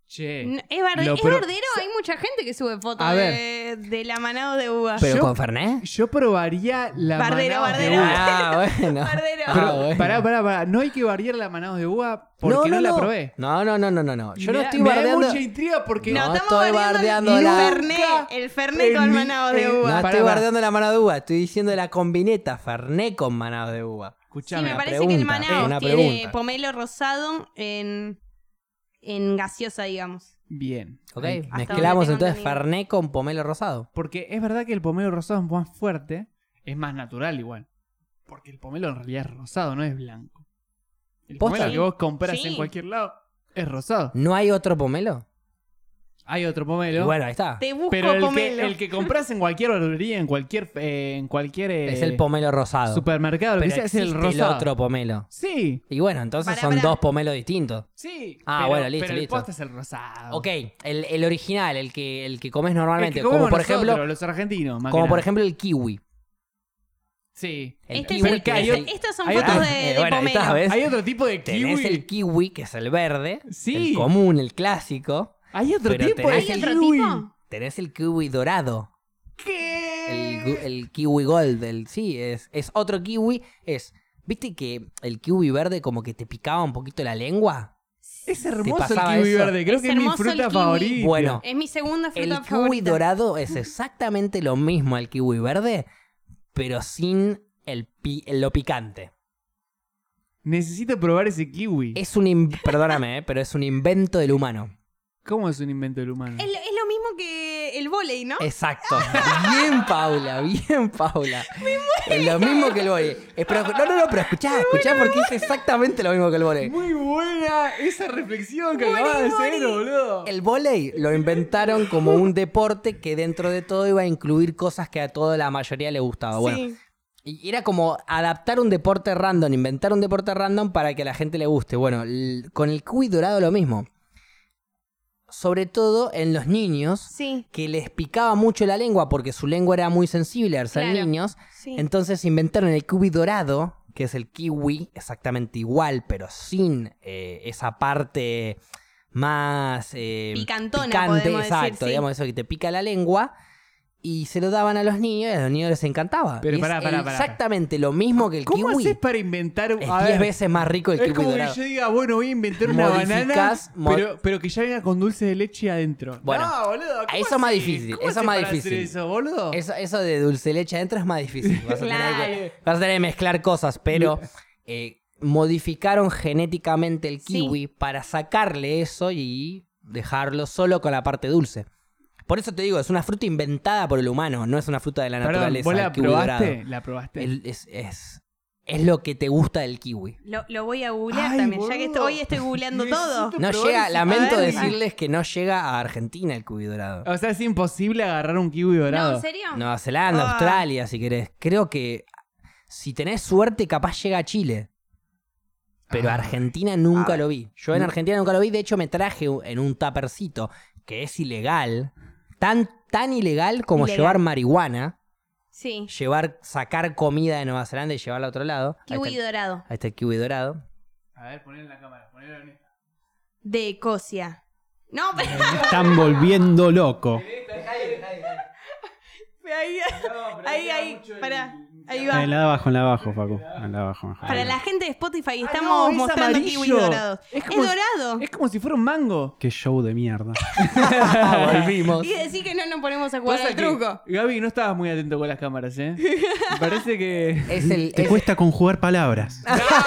Che. Es Lo pro- bardero, hay mucha gente que sube fotos A de la manada de uva. ¿Pero Yo- con Fernet? Yo probaría la Bardero, manada de bardero. uva. Ah, bueno. Bardero. Pero, bueno. pará. No hay que variar la manada de uva porque no, la probé. No. Y Yo no me estoy me da bardeando. mucha intriga porque No, estamos estoy bardeando el la- Fernet. El Fernet con en mi- manado de en- uva. No Pará, estoy pará. bardeando la manado de uva, estoy diciendo la combineta Fernet con manado de uva. Sí, escuchame, me una parece que el pregunta, manado una tiene pregunta. pomelo rosado en gaseosa, digamos. bien. Ok, Ahí- Hasta mezclamos donde tengo entonces entendido. Fernet con pomelo rosado. Porque es verdad que el pomelo rosado es más fuerte, es más natural igual. Porque el pomelo en realidad es rosado, no es blanco. El ¿Posta? pomelo que vos compras Sí. en cualquier lado es rosado. ¿No hay otro pomelo? Hay otro Y pomelo. bueno, ahí está. Te busco pero pomelo. el que compras en cualquier verdulería, en cualquier Es el pomelo rosado. supermercado, lo que Pero sea, es el existe rosado. otro pomelo. Sí, Y bueno, entonces Pará, son pará. dos pomelos distintos. sí. Ah, pero- bueno, listo, pero listo. el posta es el rosado. Ok, el original, el que comes El normalmente, que como comemos por nosotros, ejemplo, los argentinos, más como que por nada. ejemplo el kiwi. Sí. El Este es kiwi el- que hay es otro- Estas son hay fotos otro- de bueno, ahí pomelo. está, ¿ves? Hay otro tipo de Tenés kiwi. el kiwi, que es el verde, Sí. el común, el clásico. Hay otro Pero tipo de tenés ¿Hay el otro kiwi. tipo? Tenés el kiwi dorado. ¿Qué? El kiwi gold. Sí, es otro kiwi. ¿Viste que el kiwi verde como que te picaba un poquito la lengua? Es hermoso el pasaba kiwi eso? verde. Creo Es que es mi hermoso el fruta kiwi. favorita. Bueno. Es mi segunda fruta El kiwi favorita. dorado es exactamente lo mismo al kiwi verde, pero sin lo picante. Necesito probar ese kiwi. Perdóname, pero es un invento del humano. ¿Cómo es un invento del humano? Es lo mismo que el vóley, ¿no? Exacto. Bien, Paula, bien, Paula. Es lo mismo que el vóley. Pero escuchá porque es exactamente lo mismo que el vóley. Muy buena esa reflexión que acabas de hacer, boludo. El vóley lo inventaron como un deporte que dentro de todo iba a incluir cosas que a toda la mayoría le gustaba. Bueno, Sí. y era como adaptar un deporte random, inventar un deporte random para que a la gente le guste. Bueno, con el kiwi dorado lo mismo. Sobre todo en los niños, Sí. que les picaba mucho la lengua porque su lengua era muy sensible al ser Claro. niños. Sí. Entonces inventaron el kiwi dorado, que es el kiwi exactamente igual, pero sin esa parte más Picantona, podemos decir, exacto, sí. digamos, eso que te pica la lengua. Y se lo daban a los niños y a los niños les encantaba. Pero Y pará, es pará, pará. exactamente lo mismo que el ¿Cómo kiwi. haces para inventar Es a 10 ver, veces más rico el Es kiwi como dorado. que yo diga, bueno, voy a inventar una banana, Modificás, pero que ya venga con dulce de leche adentro. Bueno, no, boludo, ¿cómo eso es más haces? difícil, ¿Cómo eso haces es más para hacer difícil. eso, boludo? Eso de dulce de leche adentro es más difícil. Vas Claro. a tener que mezclar cosas, pero modificaron genéticamente el kiwi para sacarle eso y dejarlo solo con la parte dulce. Por eso te digo, es una fruta inventada por el humano, no es una fruta de la Perdón, naturaleza. ¿vos la el kiwi dorado. probaste? ¿La probaste? Es lo que te gusta del kiwi. Lo voy a googlear Ay, también, ya que boludo. hoy estoy googleando Necesito todo. No probar llega, ese- lamento A ver, decirles que no llega a Argentina el kiwi dorado. O sea, es imposible agarrar un kiwi dorado. No, ¿en serio? Nueva Zelanda, Ah. Australia, si querés. Creo que si tenés suerte, capaz llega a Chile. Pero Ah. Argentina nunca Ah. lo vi. Yo en Argentina nunca lo vi. De hecho, me traje en un tuppercito, que es ilegal. Tan ilegal como Ilegal. llevar marihuana. Sí. Sacar comida de Nueva Zelanda y llevarla a otro lado. Kiwi dorado. Ahí está el kiwi dorado. A ver, ponelo en la cámara, ponelo en esta. De Ecosia. No, pero... Me están volviendo loco. ahí, pará. Ahí va. En la de abajo, Facu. En la de abajo, mejor. Para la gente de Spotify Ah, estamos no, es mostrando amarillo. kiwi dorados. Es Es, como- dorado. Es como si fuera un mango. Qué show de mierda. Volvimos. Y decir que no nos ponemos a jugar Pasa al que, truco. Gaby, no estabas muy atento con las cámaras, ¿eh? Me parece que... Es el, Te es- cuesta conjugar palabras.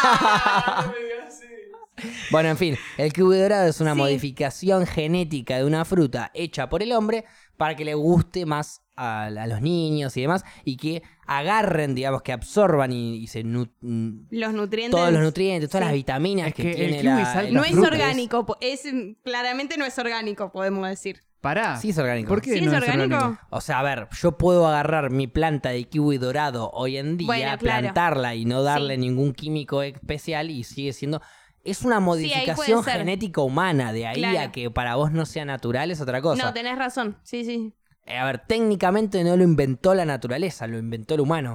Bueno, en fin, el kiwi dorado es una Sí. modificación genética de una fruta hecha por el hombre para que le guste más a los niños y demás, y que agarren, digamos, que absorban y se Los nutrientes. todos los nutrientes, todas Sí. las vitaminas Es que, que el tiene kiwi la, salta No la es fruta. orgánico, claramente no es orgánico, podemos decir. Pará. Sí es orgánico. ¿Por qué ¿Sí no es orgánico? O sea, a ver, yo puedo agarrar mi planta de kiwi dorado hoy en día, Bueno, claro. plantarla y no darle Sí. ningún químico especial y sigue siendo... Es una ahí modificación puede ser. genética humana, de ahí Claro. a que para vos no sea natural es otra cosa. No, tenés razón. Sí, sí. A ver, técnicamente no lo inventó la naturaleza, lo inventó el humano.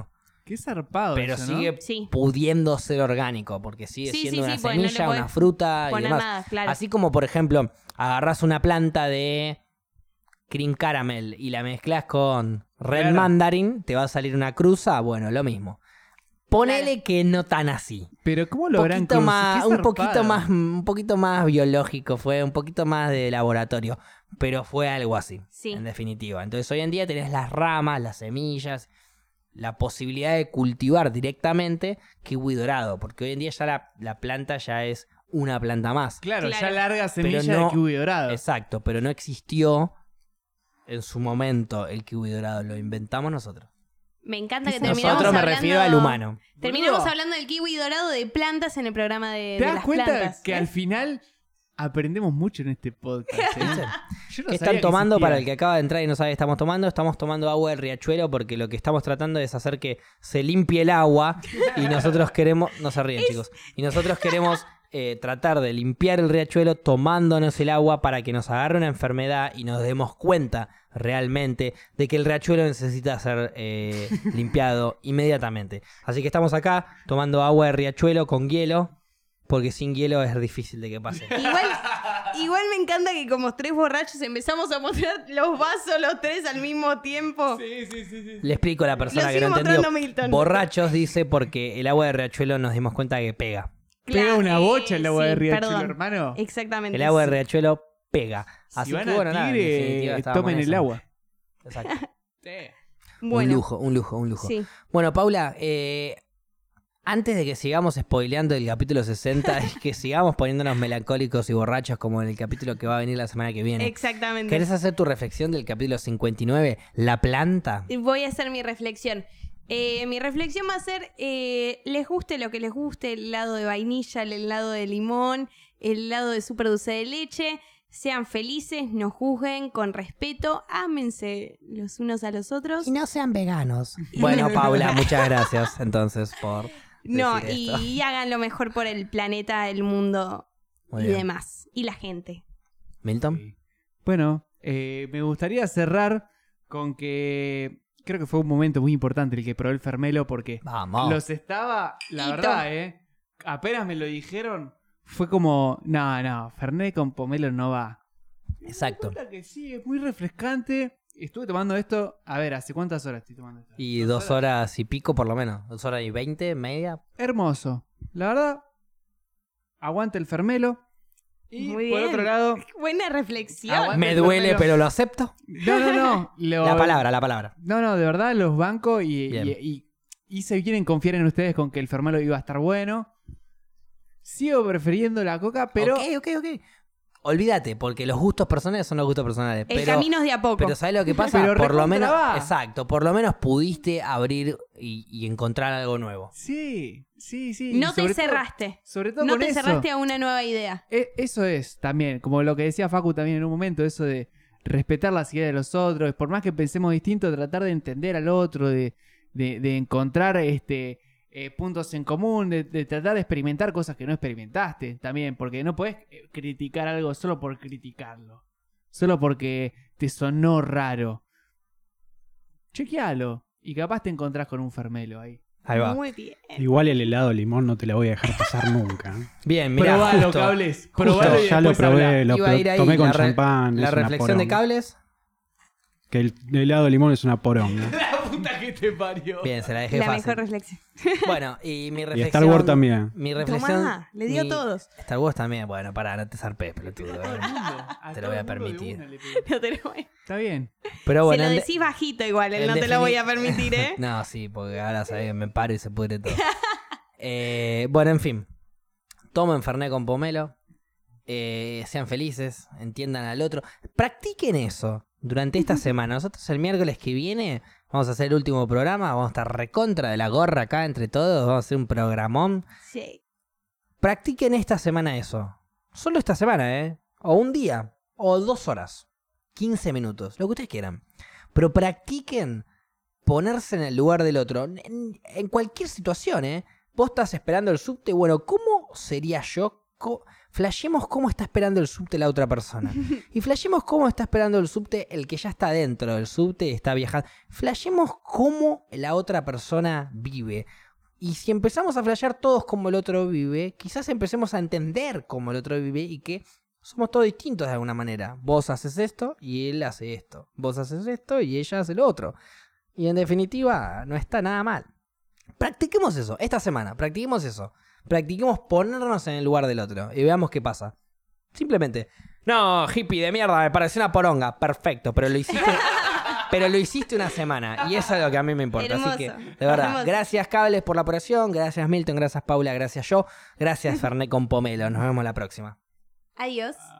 Qué zarpado pero eso, ¿no? sigue Sí. pudiendo ser orgánico, porque sigue Sí, siendo sí, una sí, porque no le semilla, podés una fruta y poner demás. nada, claro. Así como, por ejemplo, agarrás una planta de cream caramel y la mezclas con red Claro. mandarin, te va a salir una cruza, bueno, lo mismo. Ponele que no tan así. Pero ¿cómo lo habrán Poquito más, Qué un poquito zarpado. más, un poquito más biológico, fue un poquito más de laboratorio, pero fue algo así, Sí. en definitiva. Entonces hoy en día tenés las ramas, las semillas, la posibilidad de cultivar directamente kiwi dorado, porque hoy en día ya la planta ya es una planta más. Claro, Claro. ya larga semilla Pero no- de kiwi dorado. Exacto, pero no existió en su momento el kiwi dorado, lo inventamos nosotros. Me encanta que Nosotros terminamos Nosotros me hablando... refiero al humano. Terminamos Boludo. hablando del kiwi dorado de plantas en el programa de ¿Te de das las cuenta plantas. que al final aprendemos mucho en este podcast? ¿eh? Yo no ¿Qué sabía están tomando existía. para el que acaba de entrar y no sabe qué estamos tomando? Estamos tomando agua del riachuelo porque lo que estamos tratando es hacer que se limpie el agua y nosotros queremos... No se ríen, chicos. Y nosotros queremos tratar de limpiar el riachuelo tomándonos el agua para que nos agarre una enfermedad y nos demos cuenta realmente de que el riachuelo necesita ser limpiado inmediatamente. Así que estamos acá tomando agua de riachuelo con hielo porque sin hielo es difícil de que pase. Igual me encanta que como tres borrachos empezamos a mostrar los vasos los tres al mismo tiempo. Sí. Le explico a la persona Lo que sigue no entendió. mostrando Milton. Borrachos dice porque el agua de riachuelo nos dimos cuenta que pega. Pega una bocha el agua sí, de riachuelo, perdón. hermano. Exactamente. El agua de sí. riachuelo pega. Así Si van que a bueno, nada, en definitiva Tigre, estábamos tomen en el eso. agua. Exacto. Bueno, Un lujo. sí. Bueno, Paula, antes de que sigamos spoileando el capítulo 60 y que sigamos poniéndonos melancólicos y borrachos como en el capítulo que va a venir la semana que viene, Exactamente. ¿querés hacer tu reflexión del capítulo 59? La planta. Voy a hacer mi reflexión. Mi reflexión va a ser, les guste lo que les guste, el helado de vainilla, el helado de limón, el helado de súper dulce de leche, sean felices, no juzguen, con respeto, ámense los unos a los otros. Y no sean veganos. Bueno, Paula, muchas gracias entonces por No, decir esto. y hagan lo mejor por el planeta, el mundo Muy y bien. demás. Y la gente. Milton. Bueno, me gustaría cerrar con que creo que fue un momento muy importante el que probé el fermelo porque Vamos. los estaba, la Hito. verdad, apenas me lo dijeron, fue como, no, Fernet con pomelo no va. Exacto. Resulta que sí, es muy refrescante. Estuve tomando esto, a ver, ¿hace cuántas horas estoy tomando esto? Y 2 horas y pico por lo menos. 2 horas y 20, media. Hermoso. La verdad, aguanta el fermelo. Y Muy por bien. otro lado, Buena reflexión. Aguanta. Me el duele, fermelo. pero lo acepto. no. La palabra. No, de verdad los banco Bien. y se quieren confiar en ustedes con que el fermelo iba a estar bueno. Sigo prefiriendo la coca, pero Ok. Olvídate, porque los gustos personales son los gustos personales. El pero, camino es de a poco. pero ¿sabes lo que pasa? Pero por lo recontra menos. va. Exacto, por lo menos pudiste abrir y encontrar algo nuevo. sí. no y te sobre todo- cerraste. sobre todo No con te eso. cerraste a una nueva idea. Eso es también, como lo que decía Facu también en un momento, eso de respetar las ideas de los otros, por más que pensemos distinto, tratar de entender al otro, de encontrar puntos en común, de tratar de experimentar cosas que no experimentaste también, porque no podés criticar algo solo por criticarlo, solo porque te sonó raro. Chequealo y capaz te encontrás con un fermelo ahí. Ahí va. Muy bien. Igual el helado de limón no te la voy a dejar pasar nunca. Bien, mira, Probalo, justo, cables. justo, Probalo y ya lo después probé, habla. lo iba a ir ahí tomé con la champán. la es una reflexión de poronga. cables. Que el helado de limón es una poronga. La puta que te parió. Bien, se la dejé La fácil. mejor reflexión. Bueno, y mi reflexión. Y Star Wars también. Mi reflexión. Tomá, le dio mi- todos. Star Wars también. Bueno, pará, no te zarpes, pelotudo. Todo el mundo. A Te todo lo voy a el mundo de permitir. una le pegó. No te lo voy- Está bien. Pero Se bueno. lo en de- decís bajito igual, en no te lo voy a defini- permitir, ¿eh? No, sí, porque ahora sabés que me paro y se pudre todo. Bueno, en fin. Tomen Fernet con pomelo. Sean felices. Entiendan al otro. Practiquen eso durante esta semana. Nosotros el miércoles que viene vamos a hacer el último programa. Vamos a estar recontra de la gorra acá entre todos. Vamos a hacer un programón. Sí. Practiquen esta semana eso. Solo esta semana, ¿eh? O un día. O 2 horas. 15 minutos. Lo que ustedes quieran. Pero practiquen ponerse en el lugar del otro. En cualquier situación, ¿eh? Vos estás esperando el subte. Bueno, ¿cómo sería yo? Flashemos cómo está esperando el subte la otra persona. Y flashemos cómo está esperando el subte el que ya está dentro del subte y está viajando. Flashemos cómo la otra persona vive. Y si empezamos a flashear todos como el otro vive, quizás empecemos a entender cómo el otro vive y que somos todos distintos de alguna manera. Vos haces esto y él hace esto. Vos haces esto y ella hace lo otro. Y en definitiva, no está nada mal. Practiquemos eso. Esta semana, practiquemos eso. Practiquemos ponernos en el lugar del otro y veamos qué pasa. Simplemente, no, hippie de mierda, me pareció una poronga. Perfecto, pero lo hiciste una semana y eso es lo que a mí me importa. Hermoso, así que, de verdad, hermoso. gracias Cables por la operación, gracias Milton, gracias Paula, gracias yo, gracias Fernet con Pomelo. Nos vemos la próxima. Adiós.